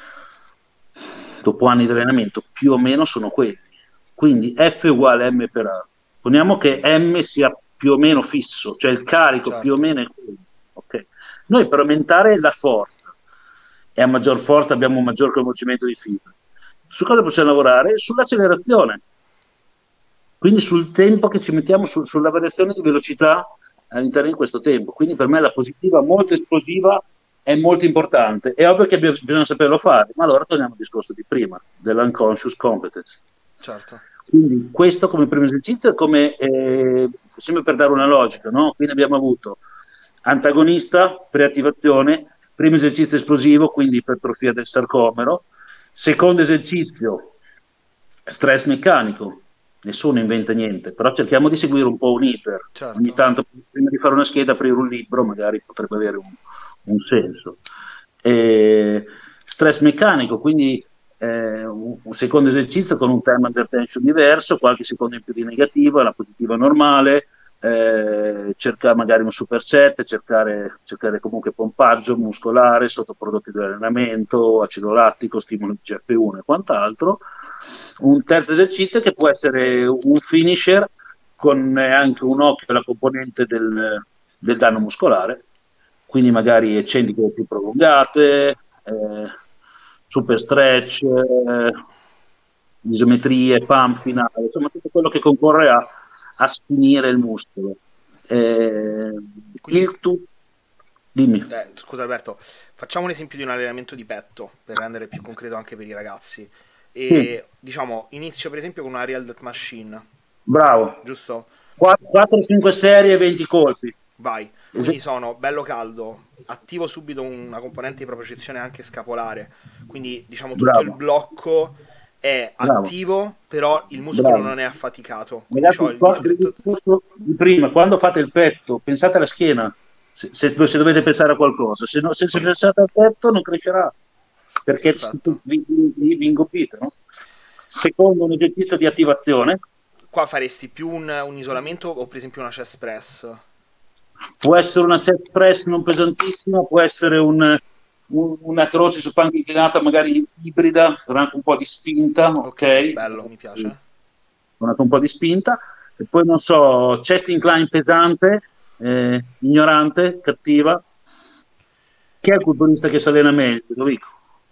Dopo anni di allenamento, più o meno sono quelli. Quindi F uguale M per A. Poniamo che M sia più o meno fisso, cioè il carico più o Certo. meno è quello. Okay. Noi per aumentare la forza, e a maggior forza abbiamo un maggior coinvolgimento di fibre, su cosa possiamo lavorare? Sull'accelerazione. Quindi sul tempo che ci mettiamo, su, sulla variazione di velocità all'interno di questo tempo. Quindi per me la positiva molto esplosiva è molto importante. È ovvio che bisogna saperlo fare, ma allora torniamo al discorso di prima, dell'unconscious competence. Certo. Quindi questo come primo esercizio, come, eh, sempre per dare una logica, no? Quindi abbiamo avuto antagonista, preattivazione, primo esercizio esplosivo, quindi ipertrofia del sarcomero, secondo esercizio stress meccanico, nessuno inventa niente, però cerchiamo di seguire un po' un iter. Ogni Certo. tanto, prima di fare una scheda, aprire un libro, magari potrebbe avere un, un senso. E stress meccanico, quindi eh, un, un secondo esercizio con un time under tension diverso, qualche secondo in più di negativa, la positiva normale, eh, cercare magari un superset, cercare, cercare comunque pompaggio muscolare, sottoprodotti dell'allenamento, acido lattico, stimolo di G F uno e quant'altro. Un terzo esercizio che può essere un finisher con anche un occhio alla componente del, del danno muscolare, quindi magari eccentriche più prolungate, eh, super stretch, eh, isometrie, pump finale, insomma tutto quello che concorre a, a sfinire il muscolo. Eh, Quindi, il tu... Dimmi. eh, scusa Alberto, facciamo un esempio di un allenamento di petto per rendere più concreto anche per i ragazzi. Sì, E diciamo, inizio per esempio con una Real Death Machine, bravo. giusto? quattro cinque serie, venti colpi. Vai. Es- Quindi sono bello caldo, attivo subito una componente di propriocezione anche scapolare. Quindi diciamo tutto il bravo, blocco è bravo, attivo, però il muscolo bravo. non è affaticato. Quindi ho Ragazzi, il qua- il distretto. discorso di prima, quando fate il petto, pensate alla schiena. se, se, se dovete pensare a qualcosa, se, no, se, se pensate al petto non crescerà, perché vi, vi, vi ingobbite, no? Secondo un esercizio di attivazione. Qua faresti più un, un isolamento o per esempio una chest press? Può essere una chest press non pesantissima, può essere un, un, una croce su panca inclinata magari ibrida, con anche un po' di spinta, ok? Ok, bello, mi piace. Con anche un po' di spinta. E poi non so, chest incline pesante, eh, ignorante, cattiva. Chi è il culturista che si allena meglio? Lo dico.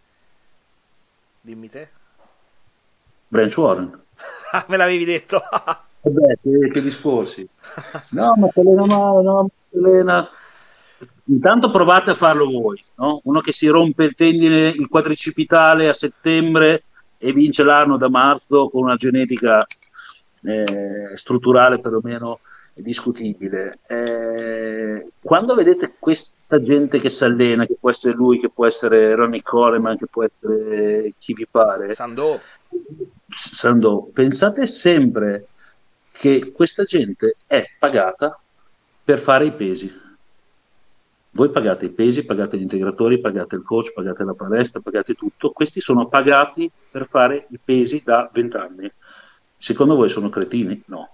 Dimmi te. Branch Warren. Me l'avevi detto. Vabbè, che, che discorsi. No, ma si allena male, no, si allena... Intanto provate a farlo voi, no? Uno che si rompe il tendine, il quadricipitale a settembre e vince l'anno da marzo con una genetica eh, strutturale perlomeno discutibile. Eh, quando vedete questa gente che si allena, che può essere lui, che può essere Ronnie Coleman, che può essere chi vi pare, Sandow. Sandow, pensate sempre che questa gente è pagata per fare i pesi. Voi pagate i pesi, pagate gli integratori, pagate il coach, pagate la palestra, pagate tutto. Questi sono pagati per fare i pesi da vent'anni. Secondo voi sono cretini? No.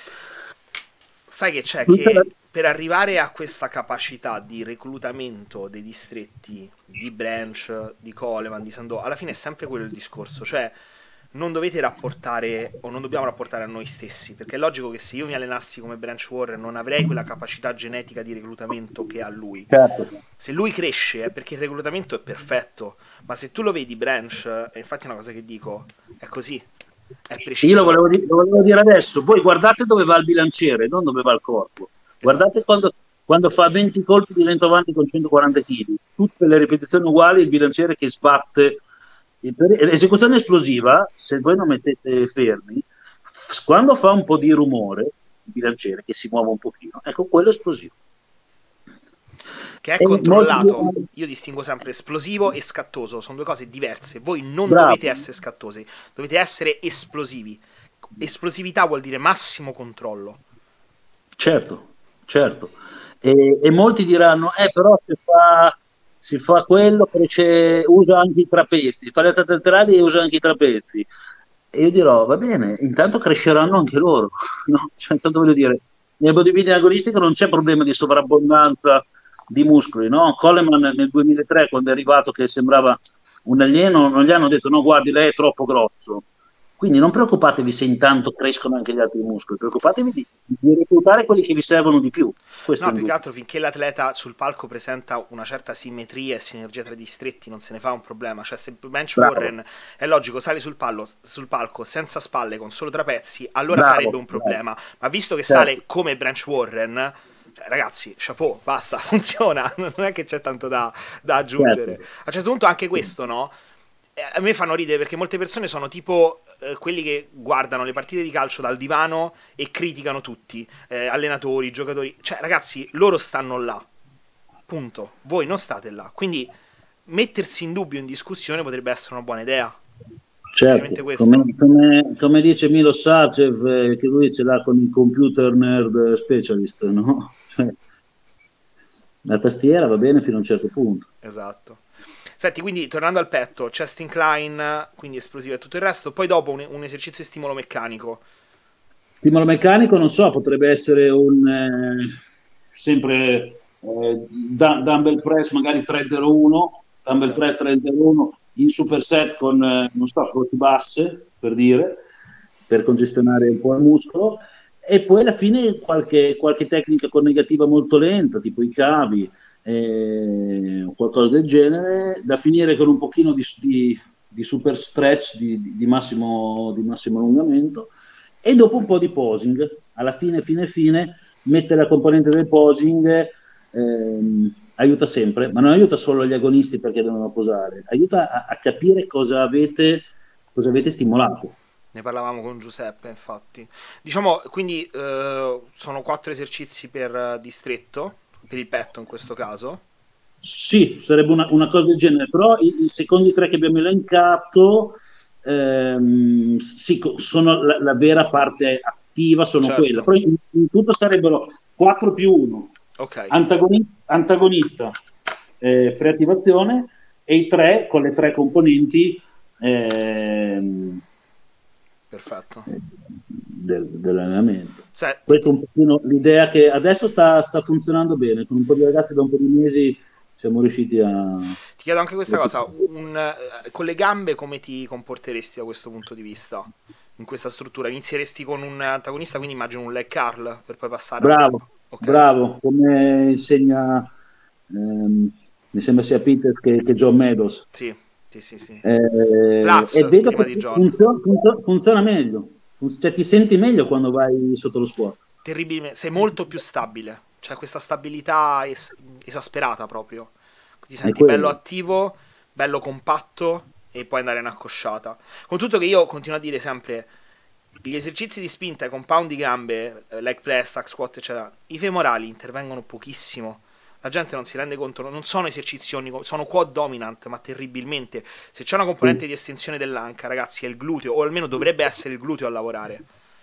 Sai che c'è? Che per arrivare a questa capacità di reclutamento dei distretti, di Branch, di Coleman, di Sandow, alla fine è sempre quello il discorso. Cioè, non dovete rapportare o non dobbiamo rapportare a noi stessi, perché è logico che se io mi allenassi come Branch Warren non avrei quella capacità genetica di reclutamento che ha lui. Certo. Se lui cresce è perché il reclutamento è perfetto, ma se tu lo vedi Branch, e infatti è una cosa che dico, è così, è preciso. Io lo volevo, dire, lo volevo dire adesso, voi guardate dove va il bilanciere, non dove va il corpo. Guardate esatto. quando, quando fa venti colpi di lento avanti con centoquaranta chili, tutte le ripetizioni uguali, il bilanciere che sbatte. L'esecuzione esplosiva, se voi non mettete fermi, quando fa un po' di rumore, il bilanciere che si muove un pochino, ecco quello è esplosivo. Che è controllato. Io distingo sempre esplosivo e scattoso, sono due cose diverse. Voi non Bravo. dovete essere scattosi, dovete essere esplosivi. Esplosività vuol dire massimo controllo. Certo, certo. E, e molti diranno, eh però se fa... si fa quello, cresce, usa anche i trapezi, fa le alzate laterali e usa anche i trapezi. E io dirò, va bene, intanto cresceranno anche loro. No? Cioè, intanto voglio dire, nel bodybuilding agonistico non c'è problema di sovrabbondanza di muscoli, no? Coleman nel duemilatré, quando è arrivato che sembrava un alieno, non gli hanno detto, no, guardi, lei è troppo grosso. Quindi non preoccupatevi se intanto crescono anche gli altri muscoli, preoccupatevi di, di reclutare quelli che vi servono di più. Questo no, più che altro finché l'atleta sul palco presenta una certa simmetria e sinergia tra i distretti non se ne fa un problema. Cioè se Bench Bravo. Warren è logico, sale sul, pallo, sul palco senza spalle con solo trapezzi, allora Bravo. sarebbe un problema. Bravo. Ma visto che certo. sale come Branch Warren, cioè, ragazzi, chapeau, basta, funziona. Non è che c'è tanto da, da aggiungere. Certo. A un certo punto anche questo, no? A me fanno ridere perché molte persone sono tipo eh, quelli che guardano le partite di calcio dal divano e criticano tutti, eh, allenatori, giocatori. Cioè, ragazzi, loro stanno là. Punto. Voi non state là. Quindi mettersi in dubbio, in discussione potrebbe essere una buona idea. Certo, come, come, come dice Milo Sacev, eh, che lui ce l'ha con il computer nerd specialist, no? Cioè, la tastiera va bene fino a un certo punto. Esatto. Senti, quindi tornando al petto, chest incline, quindi esplosivo e tutto il resto, poi dopo un, un esercizio di stimolo meccanico. Stimolo meccanico, non so, potrebbe essere un eh, sempre eh, dumbbell press magari tre zero uno, dumbbell press tre zero uno in superset con, eh, non so, croci basse, per dire, per congestionare un po' il muscolo, e poi alla fine qualche, qualche tecnica con negativa molto lenta, tipo i cavi, Eh, qualcosa del genere, da finire con un pochino di, di, di super stretch di, di, massimo, di massimo allungamento, e dopo un po' di posing. Alla fine fine fine mettere la componente del posing ehm, aiuta sempre, ma non aiuta solo gli agonisti perché devono posare, aiuta a, a capire cosa avete, cosa avete stimolato. Ne parlavamo con Giuseppe, infatti. Diciamo, quindi eh, sono quattro esercizi per distretto, per il petto in questo caso? Sì, sarebbe una, una cosa del genere, però i, i secondi tre che abbiamo elencato ehm, sì, sono la, la vera parte attiva, sono certo. quella, però in, in tutto sarebbero quattro più uno. Ok. Antagoni- antagonista, eh, preattivazione, e i tre con le tre componenti ehm, Perfetto. del- dell'allenamento. Se- Questa è un pochino l'idea che adesso sta, sta funzionando bene. Con un po' di ragazzi da un po' di mesi siamo riusciti a... Ti chiedo anche questa cosa, un- eh, con le gambe come ti comporteresti da questo punto di vista? In questa struttura? Inizieresti con un antagonista, quindi immagino un leg curl, per poi passare a un... Bravo, Ok, bravo, come insegna, ehm, mi sembra sia Peter che, che John Meadows. sì, sì, sì, sì. Eh, e Platz, vedo prima che di John. funziona, funziona- funziona meglio. Fun- Cioè, ti senti meglio quando vai sotto lo squat. Terribile, sei molto più stabile, cioè questa stabilità es- esasperata proprio. Ti È senti bello quello. attivo, bello compatto e poi andare in accosciata. Con tutto che io continuo a dire sempre, gli esercizi di spinta, i compound di gambe, eh, leg press, hack squat, eccetera, i femorali intervengono pochissimo. La gente non si rende conto, non sono esercizi unico, sono quad dominant, ma terribilmente. Se c'è una Sì. componente di estensione dell'anca, ragazzi, è il gluteo, o almeno dovrebbe essere il gluteo a lavorare.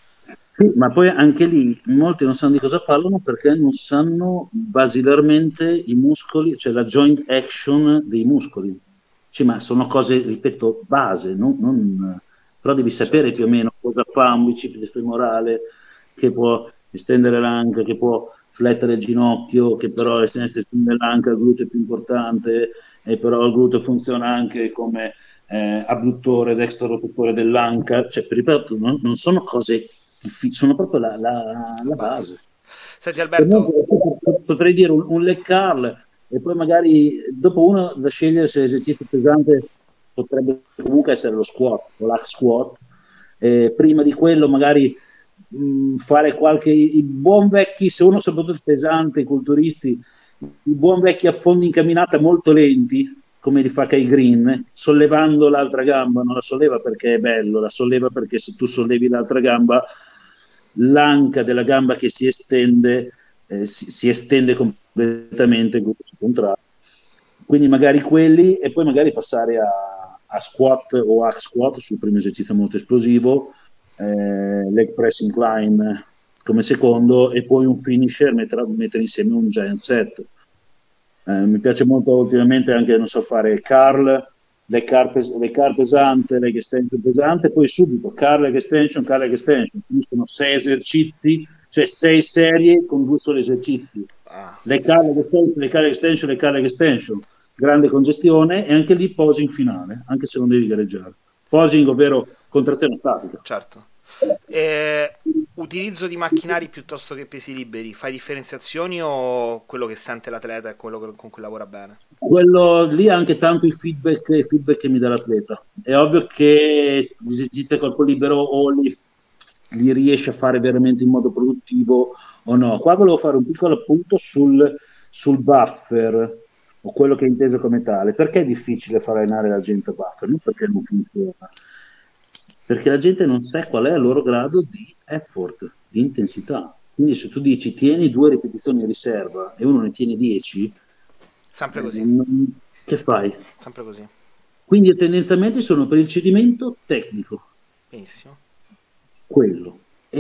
Sì, ma poi anche lì molti non sanno di cosa parlano perché non sanno basilarmente i muscoli, cioè la joint action dei muscoli. Sì, ma sono cose, ripeto, base, non- non- però devi sapere Certo. più o meno cosa fa un bicipite femorale che può estendere l'anca, che può flettere il ginocchio, che però Certo. estende l'anca, il gluteo è più importante, e però il gluteo funziona anche come eh, abduttore ed extrarotatore dell'anca, cioè, ripeto, non, non sono cose difficili, sono proprio la, la- La la base. base. Senti Alberto, Comunque, potrei dire un, un leg curl e poi magari dopo uno da scegliere se l'esercizio pesante potrebbe comunque essere lo squat o l'hack squat. Eh, prima di quello magari mh, fare qualche i buon vecchi, se uno soprattutto pesante, i culturisti, i buon vecchi affondi in camminata molto lenti, come li fa Kai Green, sollevando l'altra gamba, non la solleva perché è bello, la solleva perché se tu sollevi l'altra gamba, l'anca della gamba che si estende, eh, si, si estende completamente, il gruppo si contrae. Quindi magari quelli e poi magari passare a, a squat o hack squat sul primo esercizio molto esplosivo, eh, leg press incline come secondo e poi un finisher, mettere, mettere insieme un giant set. Eh, mi piace molto ultimamente anche, non so, fare curl, le car, pes- le car pesante, leg extension pesante, poi subito curl, leg extension, curl, leg extension. Finiscono sei esercizi, cioè sei serie con due soli esercizi. ah, Le sì, sì, car, sì. leg extension, le car, leg extension, le car, leg extension. Grande congestione e anche lì posing finale, anche se non devi gareggiare. Posing, ovvero contrazione statica. Certo. Eh, utilizzo di macchinari piuttosto che pesi liberi, fai differenziazioni o quello che sente l'atleta è quello che- con cui lavora bene? Quello lì ha anche tanto i feedback, i feedback che mi dà l'atleta. È ovvio che gli esercizi a corpo libero o li, li riesce a fare veramente in modo produttivo o no. Qua volevo fare un piccolo appunto sul, sul buffer o quello che è inteso come tale. Perché è difficile far allenare la gente a buffer? Non perché non funziona, perché la gente non sa qual è il loro grado di effort, di intensità. Quindi se tu dici tieni due ripetizioni in riserva e uno ne tiene dieci, Sempre eh, così, non- che fai? sempre così. Quindi tendenzialmente sono per il cedimento tecnico, Benissimo. quello.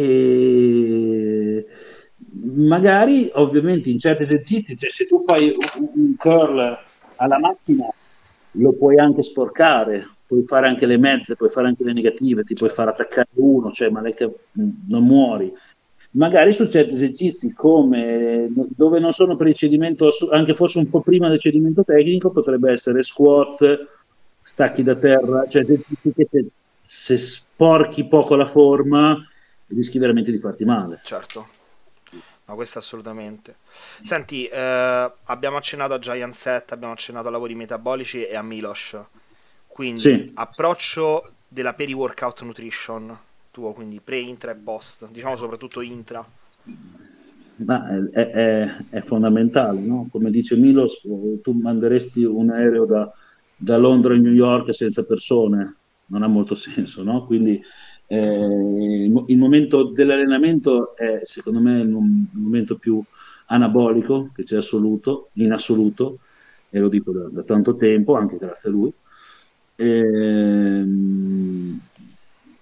E magari, ovviamente, in certi esercizi, cioè se tu fai un, un curl alla macchina, lo puoi anche sporcare, puoi fare anche le mezze, puoi fare anche le negative, ti puoi far Certo. attaccare uno, cioè ma che non muori. Magari su certi esercizi come dove non sono per il cedimento, anche forse un po' prima del cedimento tecnico, potrebbe essere squat, stacchi da terra, cioè esercizi che se, se sporchi poco la forma rischi veramente di farti male. Certo. No, questo assolutamente. Senti, eh, abbiamo accennato a Giant Set, abbiamo accennato a lavori metabolici e a Milos. Quindi, Sì, approccio della peri-workout nutrition tuo, quindi pre, intra e post. Diciamo soprattutto intra. ma è, è- è fondamentale, no? Come dice Milos, tu manderesti un aereo da, da Londra a New York senza persone, non ha molto senso, no? Quindi eh, il, mo- il momento dell'allenamento è, secondo me, il, mom- il momento più anabolico che c'è assoluto, in assoluto, e lo dico da, da tanto tempo, anche grazie a lui. Ehm,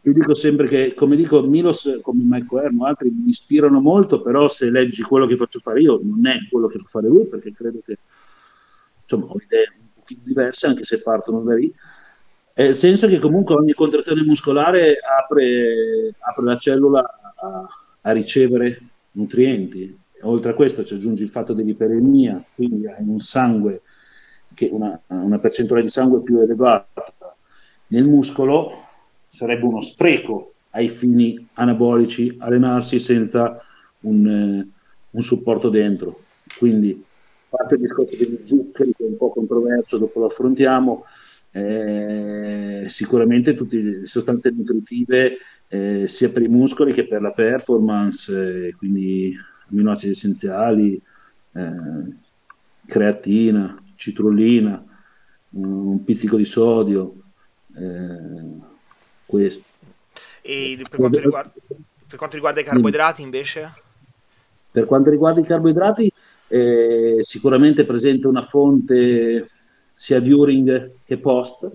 io dico sempre che, come dico, Milos, come Mike Ermo, altri mi ispirano molto, però se leggi quello che faccio fare io, non è quello che fa fare lui, perché credo che, insomma, ho idee un pochino diverse, anche se partono da lì. Nel senso che comunque ogni contrazione muscolare apre, apre la cellula a, a ricevere nutrienti. Oltre a questo ci aggiungi il fatto dell'iperemia, quindi hai un sangue, che una, una percentuale di sangue più elevata nel muscolo, sarebbe uno spreco ai fini anabolici allenarsi senza un, eh, un supporto dentro. Quindi, a parte il discorso degli zuccheri, che è un po' controverso, dopo lo affrontiamo, eh, sicuramente tutte le sostanze nutritive, eh, sia per i muscoli che per la performance, eh, quindi aminoacidi essenziali, eh, creatina, citrulina, un pizzico di sodio, eh, questo. E per quanto riguarda, per quanto riguarda i Dimmi. carboidrati invece? Per quanto riguarda i carboidrati, eh, sicuramente è presente una fonte sia during che post.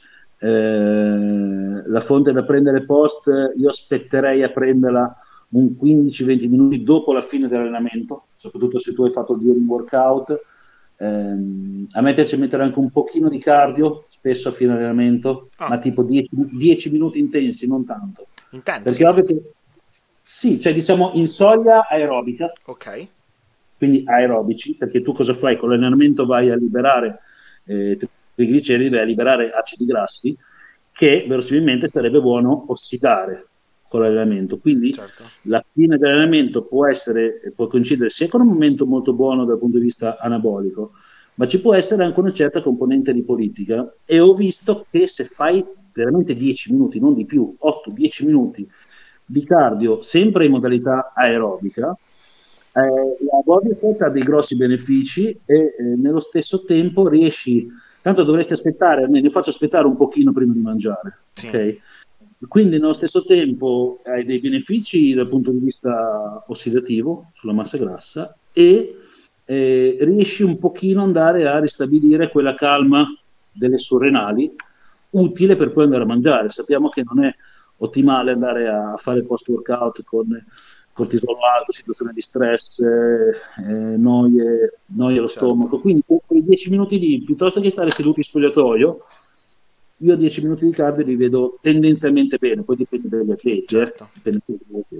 Eh, la fonte da prendere post, io aspetterei a prenderla un quindici venti minuti dopo la fine dell'allenamento, soprattutto se tu hai fatto il during workout. Eh, a me piace mettere anche un pochino di cardio, spesso a fine allenamento, Ah, ma tipo dieci, dieci minuti intensi, non tanto. Perché intensi? è ovvio che sì, cioè diciamo in soglia aerobica, Ok, quindi aerobici, perché tu cosa fai? Con l'allenamento vai a liberare eh, trigliceridi, vai a liberare acidi grassi che verosimilmente sarebbe buono ossidare con l'allenamento. Quindi certo. la fine dell'allenamento può essere, può coincidere sia con un momento molto buono dal punto di vista anabolico, ma ci può essere anche una certa componente di politica. E ho visto che se fai veramente dieci minuti, non di più, otto dieci minuti di cardio, sempre in modalità aerobica, eh, la body fat ha dei grossi benefici e eh, nello stesso tempo riesci, tanto dovresti aspettare, almeno io faccio aspettare un pochino prima di mangiare, Sì, ok? Quindi nello stesso tempo hai dei benefici dal punto di vista ossidativo sulla massa grassa e eh, riesci un pochino ad andare a ristabilire quella calma delle surrenali utile per poi andare a mangiare. Sappiamo che non è ottimale andare a fare post workout con cortisolo alto, situazione di stress, eh, noie, noie allo certo. stomaco. Quindi con quei dieci minuti di, piuttosto che stare seduti in spogliatoio, io dieci minuti di cardio li vedo tendenzialmente bene, poi dipende dagli atleti, eh, Certo. dipende dagli atleti.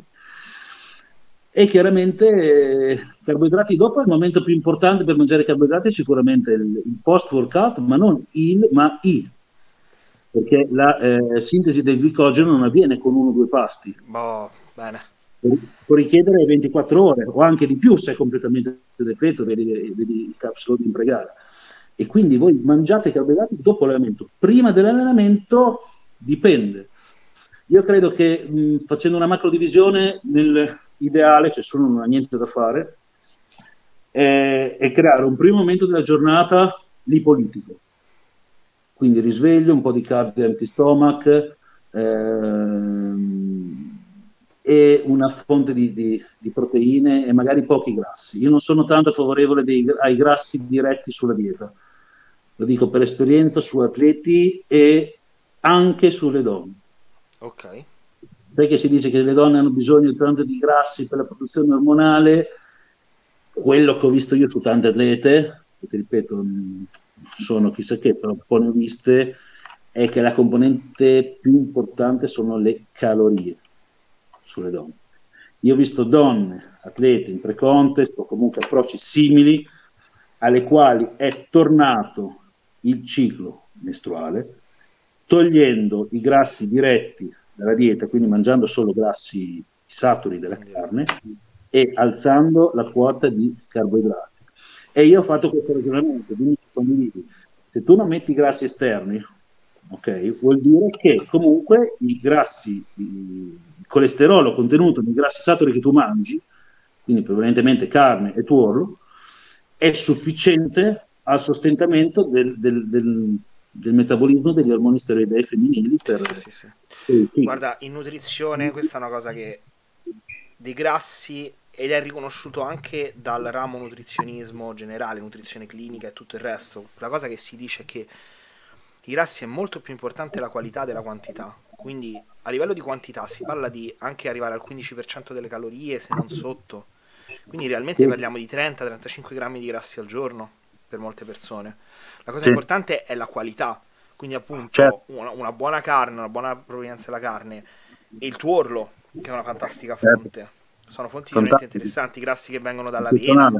E chiaramente eh, carboidrati dopo è il momento più importante per mangiare carboidrati, è sicuramente il, il post workout, ma non il, ma i, perché la eh, sintesi del glicogeno non avviene con uno o due pasti, Boh, bene. può richiedere ventiquattro ore o anche di più se è completamente decreto, vedi, vedi i caps load impregati. E quindi voi mangiate carboidrati dopo l'allenamento. Prima dell'allenamento dipende. Io credo che mh, facendo una macro divisione nell'ideale, cioè solo non ha niente da fare, è, è creare un primo momento della giornata lipolitico. Quindi risveglio, un po' di cardio empty stomach, ehm, e una fonte di, di, di proteine e magari pochi grassi. Io non sono tanto favorevole dei, ai grassi diretti sulla dieta, lo dico per esperienza su atleti e anche sulle donne. Ok. Perché si dice che le donne hanno bisogno tanto di grassi per la produzione ormonale, quello che ho visto io su tante atlete, che ti ripeto, non sono chissà che, però un po' ne ho viste, è che la componente più importante sono le calorie sulle donne. Io ho visto donne, atlete in pre-contest o comunque approcci simili, alle quali è tornato il ciclo mestruale, togliendo i grassi diretti dalla dieta, quindi mangiando solo grassi saturi della carne e alzando la quota di carboidrati. E io ho fatto questo ragionamento, dimmi se condividi. Se tu non metti grassi esterni, ok, vuol dire che comunque i grassi, il colesterolo contenuto nei grassi saturi che tu mangi, quindi prevalentemente carne e tuorlo, è sufficiente al sostentamento del, del, del, del metabolismo degli ormoni steroidei femminili Sì, per, sì, sì, sì. per il ciclo. Guarda, in nutrizione questa è una cosa che dei grassi ed è riconosciuto anche dal ramo nutrizionismo generale, nutrizione clinica e tutto il resto. La cosa che si dice è che i grassi è molto più importante la qualità della quantità. Quindi a livello di quantità si parla di anche arrivare al quindici per cento delle calorie, se non sotto. Quindi realmente Sì, parliamo di trenta trentacinque grammi di grassi al giorno per molte persone. La cosa sì, importante è la qualità, quindi certo, appunto una, una buona carne, una buona provenienza della carne e il tuorlo, che è una fantastica certo, fonte. Sono fonti veramente fantastico, interessanti, grassi che vengono dall'avena. eccezionale.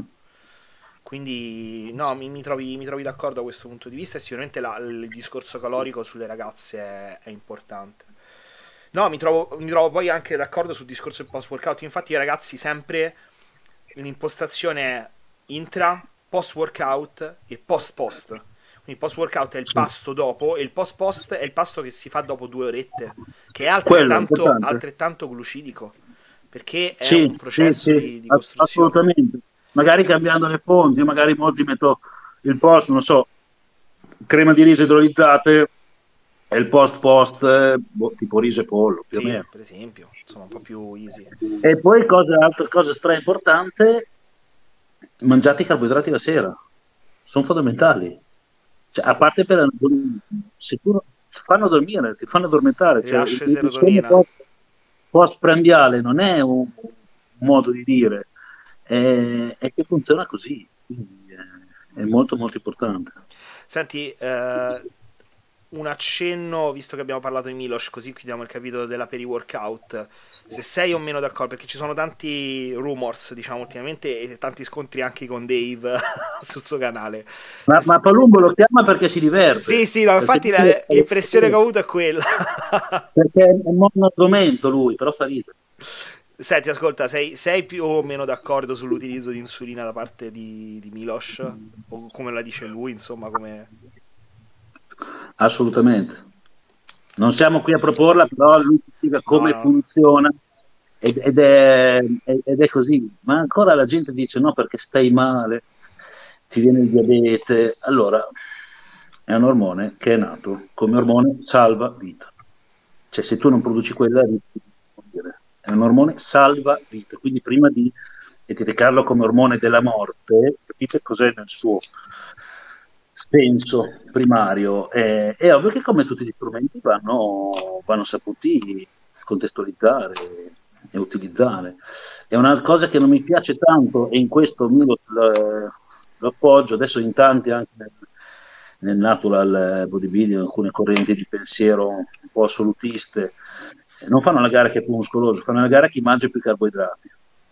Quindi no, mi, mi trovi, mi trovi d'accordo da questo punto di vista e sicuramente la- il discorso calorico sulle ragazze è, è importante. No, mi trovo, mi trovo poi anche d'accordo sul discorso del post-workout. Infatti, i ragazzi sempre l'impostazione è intra, post-workout e post-post. Quindi post-workout è il Sì. pasto dopo e il post-post è il pasto che si fa dopo due orette, che è Quello è altrettanto, importante. altrettanto glucidico, perché è Sì, un sì, processo sì, di, di ass- costruzione. assolutamente. Magari cambiando le fonti, magari molti metto il post, non so, crema di riso idrolizzate e il post post, eh, boh, tipo riso e pollo, più o Sì, meno. per esempio, insomma, un po' più easy. E poi cosa, altra cosa stra importante, mangiate i carboidrati la sera, sono fondamentali. Cioè, a parte per se tu ti fanno dormire, ti fanno addormentare, cioè, il, Rilascio di il sonno serotonina. post, postprandiale non è un, un modo di dire, è, è che funziona così, quindi è, è molto molto importante. Senti, eh, un accenno, visto che abbiamo parlato di Milos, così chiudiamo il capitolo della peri-workout. Se sei o meno d'accordo, perché ci sono tanti rumors, diciamo, ultimamente, e tanti scontri anche con Dave sul suo canale. Ma, Se ma s- Palumbo lo chiama perché si sì, diverte, sì, no, perché, infatti la- l'impressione che ho avuto è quella. perché è un argomento lui, però fa ridere. Senti, ascolta, sei, sei più o meno d'accordo sull'utilizzo di insulina da parte di, di Milos? O come la dice lui, insomma, come... Assolutamente. Non siamo qui a proporla, però lui ci spiega No, come no, no. funziona ed, ed è, ed è così. Ma ancora la gente dice no perché stai male, ti viene il diabete. Allora, è un ormone che è nato come ormone salva vita. Cioè se tu non produci quella, rischi di morire. È un ormone salva vita. Quindi prima di etichetarlo come ormone della morte, capite cos'è nel suo senso primario. È, è ovvio che come tutti gli strumenti vanno, vanno saputi contestualizzare e utilizzare. È una cosa che non mi piace tanto e in questo mi lo, lo- lo appoggio adesso in tanti anche nel, nel natural bodybuilding, alcune correnti di pensiero un po' assolutiste. Non fanno la gara che è più muscoloso, fanno la gara chi mangia più carboidrati,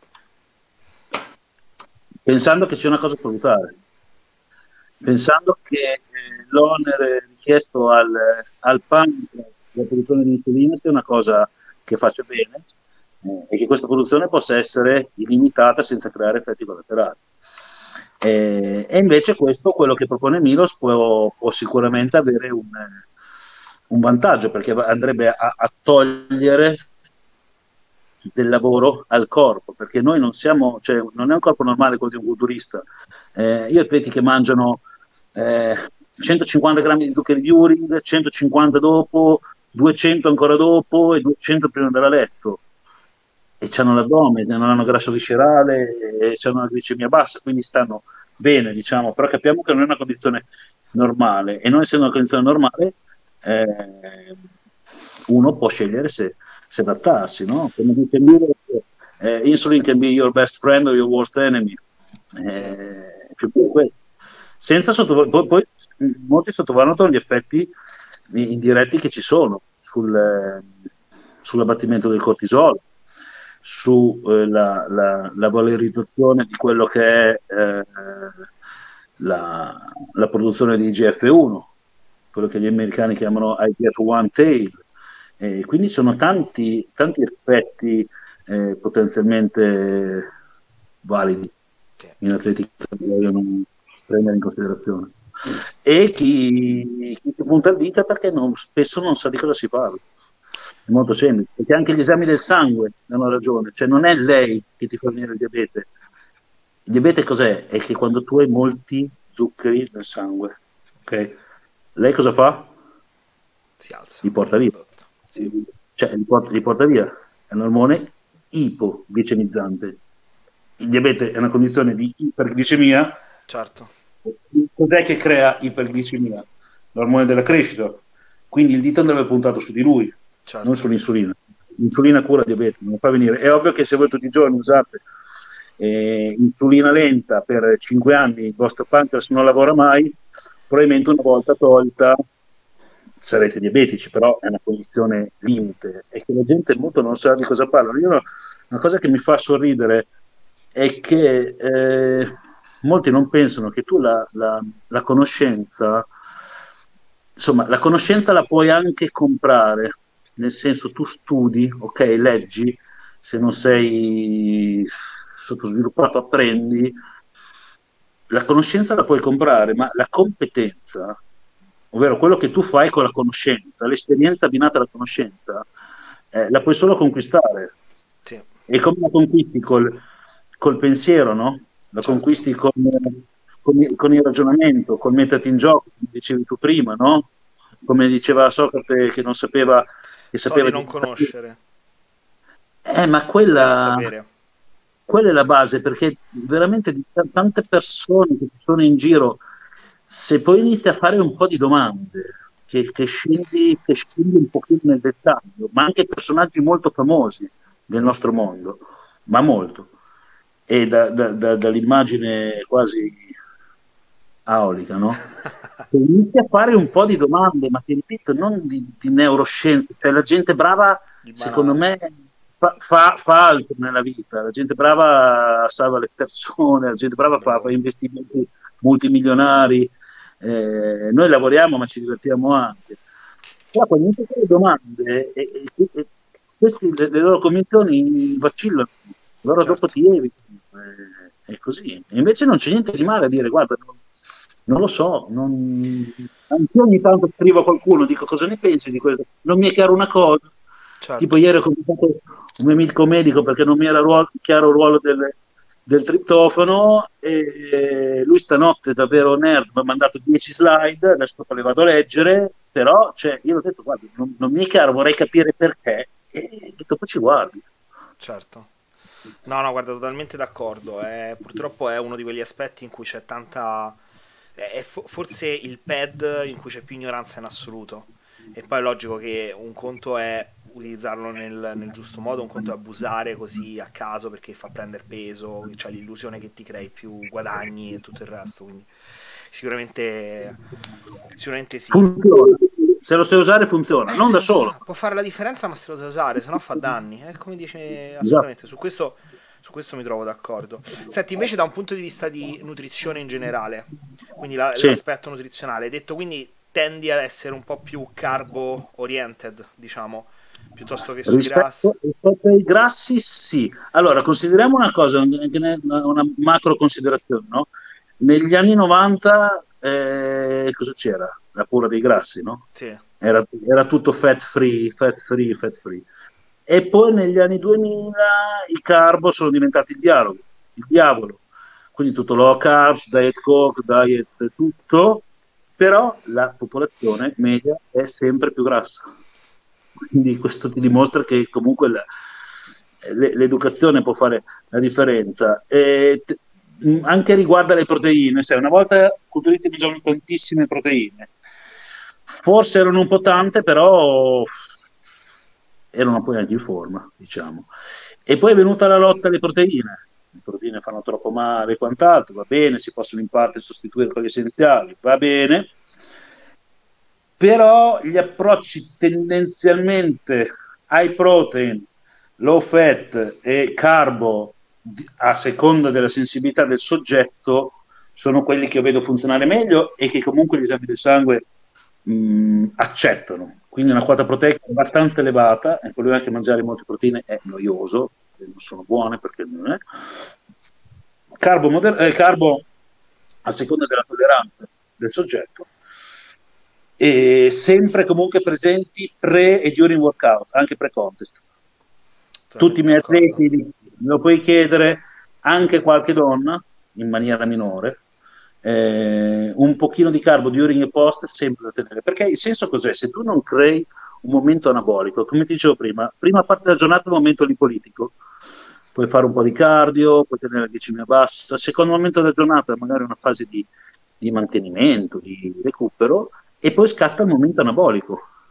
pensando che sia una cosa salutare, pensando che eh, l'onere richiesto al, al pancreas della produzione di insulina sia una cosa che faccia bene eh, e che questa produzione possa essere illimitata senza creare effetti collaterali. E, e invece questo, quello che propone Milos, può, può sicuramente avere un, un vantaggio perché andrebbe a, a togliere del lavoro al corpo, perché noi non siamo, cioè non è un corpo normale quello di un culturista. Eh, io ho atleti che mangiano eh, centocinquanta grammi di zuccheri di Uring, centocinquanta dopo, duecento ancora dopo e duecento prima della letto. E hanno l'addome, non hanno grasso viscerale e hanno la glicemia bassa, quindi stanno bene, diciamo, però capiamo che non è una condizione normale e non essendo una condizione normale eh, uno può scegliere se, se adattarsi, no? Come dice Miro, eh, insulin can be your best friend or your worst enemy. Sì. Eh, più o meno questo. Senza sottoval- poi, poi molti sottovalutano gli effetti indiretti che ci sono sul, eh, sull'abbattimento del cortisolo, sulla la, la valorizzazione di quello che è eh, la, la produzione di I G F uno, quello che gli americani chiamano I G F uno tail. E quindi sono tanti, tanti effetti eh, potenzialmente validi Sì. in atletica che vogliono prendere in considerazione. E chi, chi punta il dito perché non- spesso non sa di cosa si parla. È molto semplice, perché anche gli esami del sangue hanno ragione, cioè non è lei che ti fa venire il diabete. Il diabete cos'è? È che quando tu hai molti zuccheri nel sangue, ok? Lei cosa fa? Si alza Li porta il via. prodotto. Sì, Cioè li porta, li porta via. È un ormone ipoglicemizzante. Il diabete è una condizione di iperglicemia. certo. Cos'è che crea iperglicemia? L'ormone della crescita. Quindi il dito andrebbe puntato su di lui. non certo. sull'insulina. L'insulina cura il diabete, non fa venire. È ovvio che se voi tutti i giorni usate eh, insulina lenta per cinque anni, il vostro pancreas non lavora mai, probabilmente una volta tolta sarete diabetici, però è una condizione limite e che la gente molto non sa di cosa parla. Io, una cosa che mi fa sorridere è che eh, molti non pensano che tu la, la- la conoscenza, insomma, la conoscenza la puoi anche comprare, nel senso tu studi, ok, leggi, se non sei sottosviluppato apprendi, la conoscenza la puoi comprare, ma la competenza, ovvero quello che tu fai con la conoscenza, l'esperienza abbinata alla conoscenza, eh, la puoi solo conquistare. Sì, E come la conquisti col, col pensiero, no? La certo. conquisti con, con il con il ragionamento, col metterti in gioco, come dicevi tu prima, no? Come diceva Socrate che non sapeva, che So di sapeva non di... conoscere, Eh, ma so di non quella, sapere. quella è la base, perché veramente di t- tante persone che ci sono in giro, se poi inizi a fare un po' di domande, che, che scendi, che scendi un pochino nel dettaglio, ma anche personaggi molto famosi del nostro mondo, ma molto, e da- da- da- dall'immagine quasi aulica, no? Se inizi a fare un po' di domande, ma ti ripeto, non di, di neuroscienze, cioè la gente brava, Il secondo banale. me, fa, fa- fa altro nella vita, la gente brava salva le persone, la gente brava fa, fa Bravo. investimenti multimilionari, eh, noi lavoriamo ma ci divertiamo anche. Però quando inizi a fare domande, e, e- e questi, le, le loro convinzioni vacillano, allora dopo Certo. ti evitano, eh, è così. E invece non c'è niente di male a dire, guarda, non, non lo so, non... anche ogni tanto scrivo a qualcuno, dico cosa ne pensi di questo, non mi è chiaro una cosa, tipo Certo. ieri ho contattato un mio amico medico perché non mi era ruolo- chiaro il ruolo del, del triptofano e lui stanotte davvero nerd mi ha mandato dieci slide, adesso poi le vado a leggere, però cioè, io ho detto guarda, non, non mi è chiaro, vorrei capire perché e, e dopo ci guardi. Certo. No, no, guarda, totalmente d'accordo. Eh, purtroppo è uno di quegli aspetti in cui c'è tanta... È fo- forse il pad in cui c'è più ignoranza in assoluto. E poi è logico che un conto è utilizzarlo nel, nel giusto modo, un conto è abusare così a caso perché fa prendere peso, che c'è l'illusione che ti crei più guadagni e tutto il resto. Quindi sicuramente, sicuramente sì. Funziona, se lo sai usare funziona, Eh, non se da lo sa, solo. può fare la differenza, ma se lo sa usare, se no fa danni. È come dice Esatto. assolutamente, su questo, su questo mi trovo d'accordo. Senti, invece da un punto di vista di nutrizione in generale, quindi la- Sì. l'aspetto nutrizionale, hai detto quindi tendi a essere un po' più carbo oriented, diciamo, piuttosto che sui grassi. Rispetto, rispetto ai grassi, sì. Allora, consideriamo una cosa, una, una macro considerazione, no? Negli anni novanta, eh, cosa c'era? La cura dei grassi, no? Sì, Era, era tutto fat free, fat free, fat free. E poi negli anni duemila i carbo sono diventati il dialogo, il diavolo. Quindi tutto low carbs, diet coke, diet tutto, però la popolazione media è sempre più grassa. Quindi questo ti dimostra che comunque la- le- l'educazione può fare la differenza. E t- mh, anche riguardo alle proteine, sai, una volta i culturisti mangiavano tantissime proteine, forse erano un po' tante, però erano poi anche in forma, diciamo. E poi è venuta la lotta alle proteine. Le proteine fanno troppo male e quant'altro, va bene, si possono in parte sostituire con gli essenziali, va bene, però gli approcci tendenzialmente high protein, low fat e carbo a seconda della sensibilità del soggetto sono quelli che io vedo funzionare meglio e che comunque gli esami del sangue mh, accettano. Quindi una quota certo. proteica abbastanza elevata, e il problema è che mangiare molte proteine è noioso, non sono buone perché non è. Carbo, moder- eh, carbo a seconda della tolleranza del soggetto e sempre comunque presenti pre e during workout, anche pre-contest. Tutti i Totalmente miei d'accordo. atleti me lo puoi chiedere, anche qualche donna, in maniera minore, eh, un pochino di carbo during e post è sempre da tenere. Perché il senso cos'è? Se tu non crei un momento anabolico, come ti dicevo prima, prima parte della giornata è un momento lipolitico, puoi fare un po' di cardio, puoi tenere la glicemia bassa, secondo momento della giornata magari una fase di, di mantenimento, di recupero, e poi scatta il momento anabolico.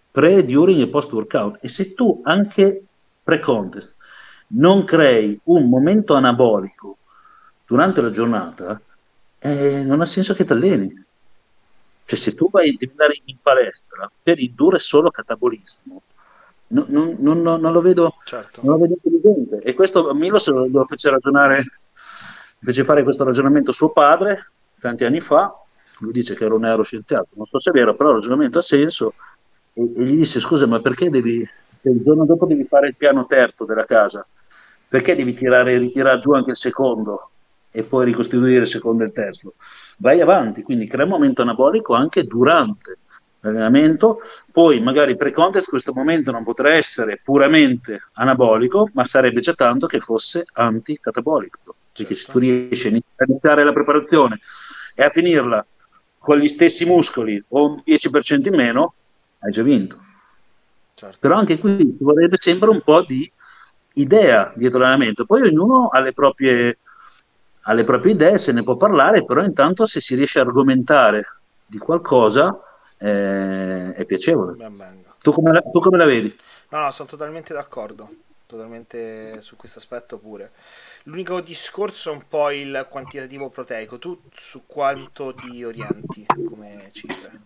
pre, during e post workout. E se tu anche pre-contest non crei un momento anabolico durante la giornata, eh, non ha senso che ti alleni. Cioè, se tu vai devi andare in palestra per indurre solo catabolismo, non, non- non- non- non lo vedo, Certo. non lo vedo intelligente. E questo a Milos lo, lo fece ragionare, fece fare questo ragionamento suo padre tanti anni fa. Lui dice che era un neuroscienziato, non so se è vero, però il ragionamento ha senso. E, e gli disse: Scusa, ma perché devi, se il giorno dopo devi fare il piano terzo della casa? Perché devi tirare e ritirare giù anche il secondo e poi ricostituire il secondo e il terzo? Vai avanti, quindi crea un momento anabolico anche durante l'allenamento. Poi magari pre-contest questo momento non potrà essere puramente anabolico, ma sarebbe già tanto che fosse anticatabolico, perché se tu Certo. riesci a iniziare la preparazione e a finirla con gli stessi muscoli o un dieci per cento in meno, hai già vinto. Certo. Però anche qui ci vorrebbe sempre un po' di idea dietro l'allenamento. Poi ognuno ha le proprie, ha le proprie idee, se ne può parlare, però intanto se si riesce a argomentare di qualcosa eh, è piacevole. Ben venga. Tu come la, tu come la vedi? No, no, sono totalmente d'accordo, totalmente su questo aspetto pure. L'unico discorso è un po' il quantitativo proteico. Tu su quanto ti orienti come cifre?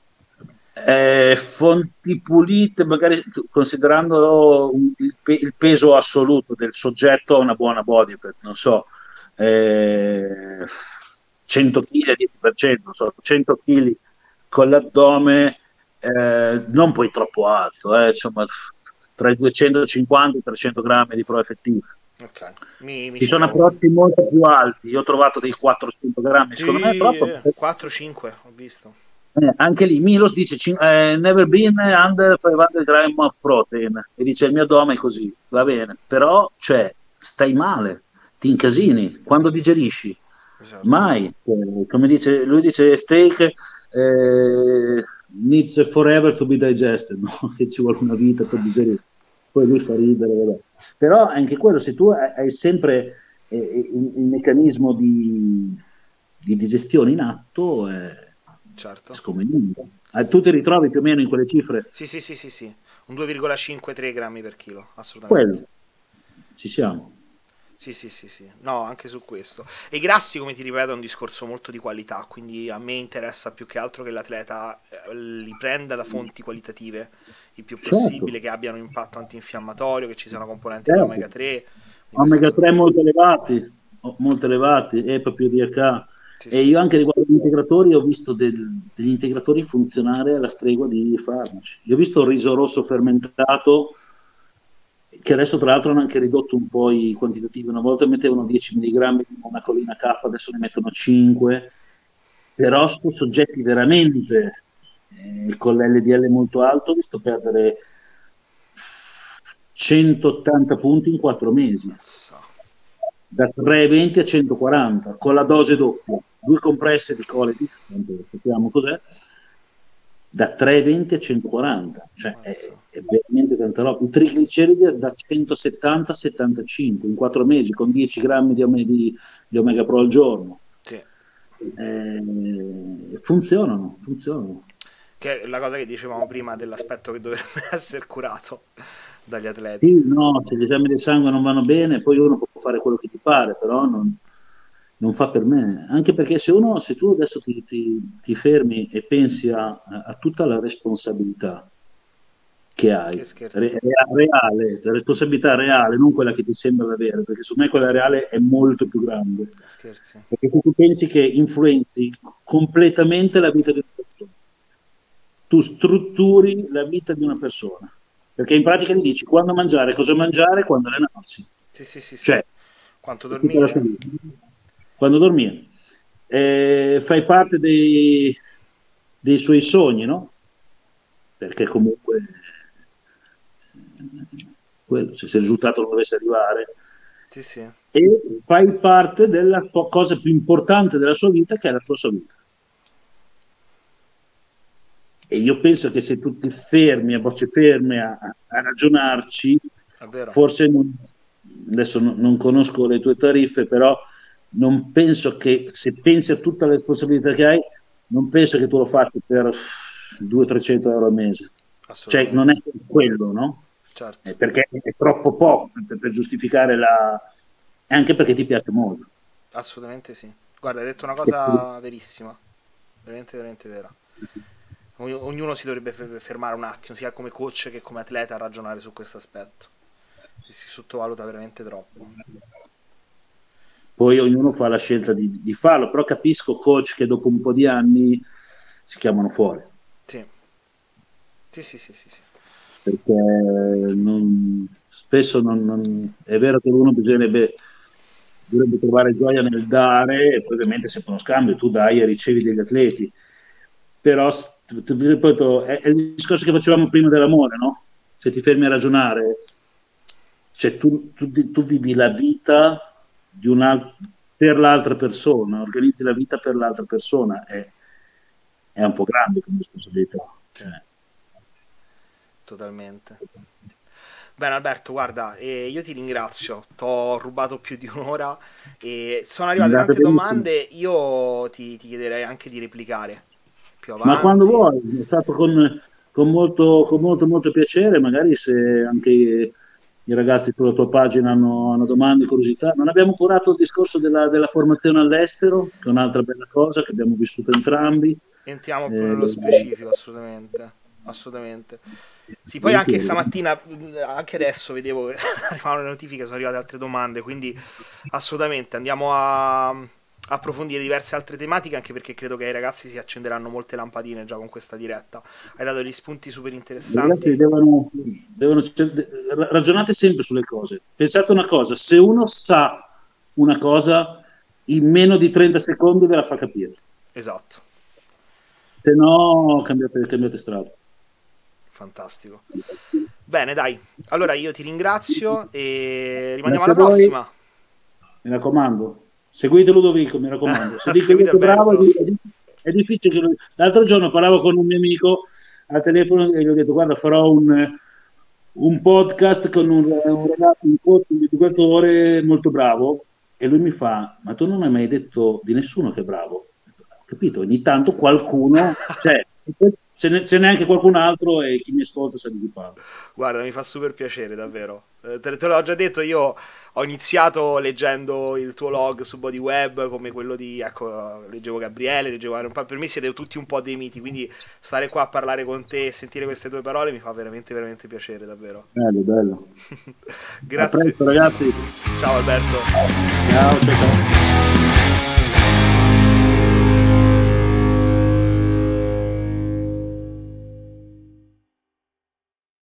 Eh, fonti pulite, magari considerando il, pe- il peso assoluto del soggetto a una buona body fat, non so, eh, cento chili al dieci per cento, non so, cento chili con l'addome, eh, non poi troppo alto, eh, insomma, tra i duecentocinquanta e i trecento grammi di pro effettivo. Ok, mi, mi Ci ci sono provo. approcci molto più alti, io ho trovato dei quattrocento grammi, secondo me è Sì, troppo. eh, quattro cinque ho visto. Eh, anche lì Milos dice cin- eh, never been under cinquecento gram of protein e dice il mio addome è così, va bene, però cioè, stai male, ti incasini quando digerisci, Esatto. mai. Eh, come dice lui, dice steak eh, needs forever to be digested, no? Che ci vuole una vita per Ah, sì. digerire, poi lui fa ridere, vabbè. Però anche quello, se tu hai, hai sempre eh, il, il meccanismo di, di digestione in atto, eh, Certo. sconveniente. Eh, tu ti ritrovi più o meno in quelle cifre? Sì, sì, sì, sì, sì. Un due virgola cinque-tre grammi per chilo, assolutamente. Quello, ci siamo. Sì, sì, sì, sì. No, anche su questo. E i grassi, come ti ripeto, è un discorso molto di qualità, quindi a me interessa più che altro che l'atleta eh, li prenda da fonti qualitative il più Certo, possibile, che abbiano un impatto antinfiammatorio, che ci sia una componente di certo. omega tre. Quindi queste Omega tre sono... molto elevati, o- molto elevati, EPA più D H A. Sì, E sì. io anche riguardo agli integratori ho visto del- degli integratori funzionare alla stregua di farmaci. Io ho visto il riso rosso fermentato, che adesso tra l'altro hanno anche ridotto un po' i quantitativi. Una volta mettevano dieci milligrammi di monacolina K, adesso ne mettono cinque, però su soggetti veramente eh, con l'L D L molto alto ho visto perdere centottanta punti in quattro mesi, Mazza. da trecentoventi a centoquaranta, con la dose doppia, due compresse di Coledix, tanto sappiamo cos'è, da trecentoventi a centoquaranta, cioè è, Mazza. è veramente tanta roba. I trigliceridi da centosettanta a settantacinque in quattro mesi, con dieci grammi di, ome- di- di Omega Pro al giorno. Sì. Eh, funzionano, funzionano. Che è la cosa che dicevamo prima dell'aspetto che dovrebbe essere curato dagli atleti. Sì, no, se gli esami del sangue non vanno bene, poi uno può fare quello che ti pare, però non, non fa per me. Anche perché se uno, se tu adesso ti, ti- ti fermi e pensi a, a tutta la responsabilità che hai, Che scherzi. re- reale, la responsabilità reale, non quella che ti sembra di avere, perché secondo me quella reale è molto più grande. Scherzi. Perché se tu pensi che influenzi completamente la vita di una persona, tu strutturi la vita di una persona, perché in pratica gli dici quando mangiare, cosa mangiare, quando allenarsi, Sì, sì, sì, sì. cioè Quanto è tutta la sua dormire? vita. Quando dormire. Eh, fai parte dei, dei suoi sogni, no? Perché comunque eh, quello, se il risultato non dovesse arrivare, Sì, sì. e fai parte della co- cosa più importante della sua vita, che è la sua salute. E io penso che se tu ti fermi a voce ferme a, a ragionarci, È vero. forse non, adesso non, non conosco le tue tariffe, però non penso che se pensi a tutta la responsabilità che hai, non penso che tu lo faccia per duecento-trecento euro al mese. Cioè non è assolutamente, quello, no? certo, Eh, perché è troppo poco per, per giustificare la... e anche perché ti piace molto. assolutamente sì. Guarda, hai detto una cosa verissima, veramente, veramente vera. Ogn- Ognuno si dovrebbe fe- fermare un attimo, sia come coach che come atleta, a ragionare su questo aspetto. Si, si sottovaluta veramente troppo. Poi ognuno fa la scelta di, di farlo, però capisco coach che dopo un po' di anni si chiamano fuori, Sì, sì, sì, sì, sì, sì. perché non- spesso non, non- è vero che uno bisognerebbe, dovrebbe trovare gioia nel dare, e poi ovviamente se per uno scambio tu dai e ricevi degli atleti, però s- t- t- ripeto, è, è il discorso che facevamo prima dell'amore, no? Se ti fermi a ragionare, cioè tu, tu- tu vivi la vita di una, per l'altra persona, organizzi la vita per l'altra persona, è, è un po' grande come responsabilità. Sì, Cioè, totalmente. Bene Alberto, guarda, eh, io ti ringrazio, ti ho rubato più di un'ora e sono è arrivate andata tante benissimo. domande, io ti, ti chiederei anche di replicare più Ma quando avanti. vuoi, è stato con, con molto, con molto, molto piacere, magari se anche i, i ragazzi sulla tua pagina hanno, hanno domande, curiosità. Non abbiamo curato il discorso della, della formazione all'estero, che è un'altra bella cosa che abbiamo vissuto entrambi. Entriamo più Eh, nello specifico, assolutamente, assolutamente. Sì, poi anche volentieri. stamattina, anche adesso vedevo che arrivavano le notifiche, sono arrivate altre domande, quindi assolutamente andiamo a approfondire diverse altre tematiche, anche perché credo che ai ragazzi si accenderanno molte lampadine già con questa diretta. Hai dato degli spunti super I ragazzi interessanti. devono, devono- cioè, ragionate sempre sulle cose. Pensate una cosa, se uno sa una cosa, in meno di trenta secondi ve la fa capire. Esatto, Se no, cambiate, cambiate strada. fantastico. Bene, dai. Allora io ti ringrazio e rimaniamo Grazie alla a voi, prossima. mi raccomando. Seguite Ludovico, mi raccomando. Se dico io Seguite che è bravo, è Alberto. di- è difficile che lui... L'altro giorno parlavo con un mio amico al telefono e gli ho detto, guarda, farò un, un podcast con un, un ragazzo, un coach, un educatore molto bravo. E lui mi fa, ma tu non hai mai detto di nessuno che è bravo? Ho capito, ogni tanto qualcuno c'è, ce n'è, ce n'è anche qualcun altro e chi mi ascolta sa di chi parlo. Guarda, mi fa super piacere, davvero. Eh, te, te l'ho già detto, io ho iniziato leggendo il tuo log su Bodyweb, come quello di, ecco, leggevo Gabriele, leggevo Iron Pan. Per me siete tutti un po' dei miti, quindi stare qua a parlare con te e sentire queste tue parole mi fa veramente, veramente piacere, davvero. Bello, bello. A Grazie. presto, ragazzi. Ciao Alberto. Ciao, ciao, ciao.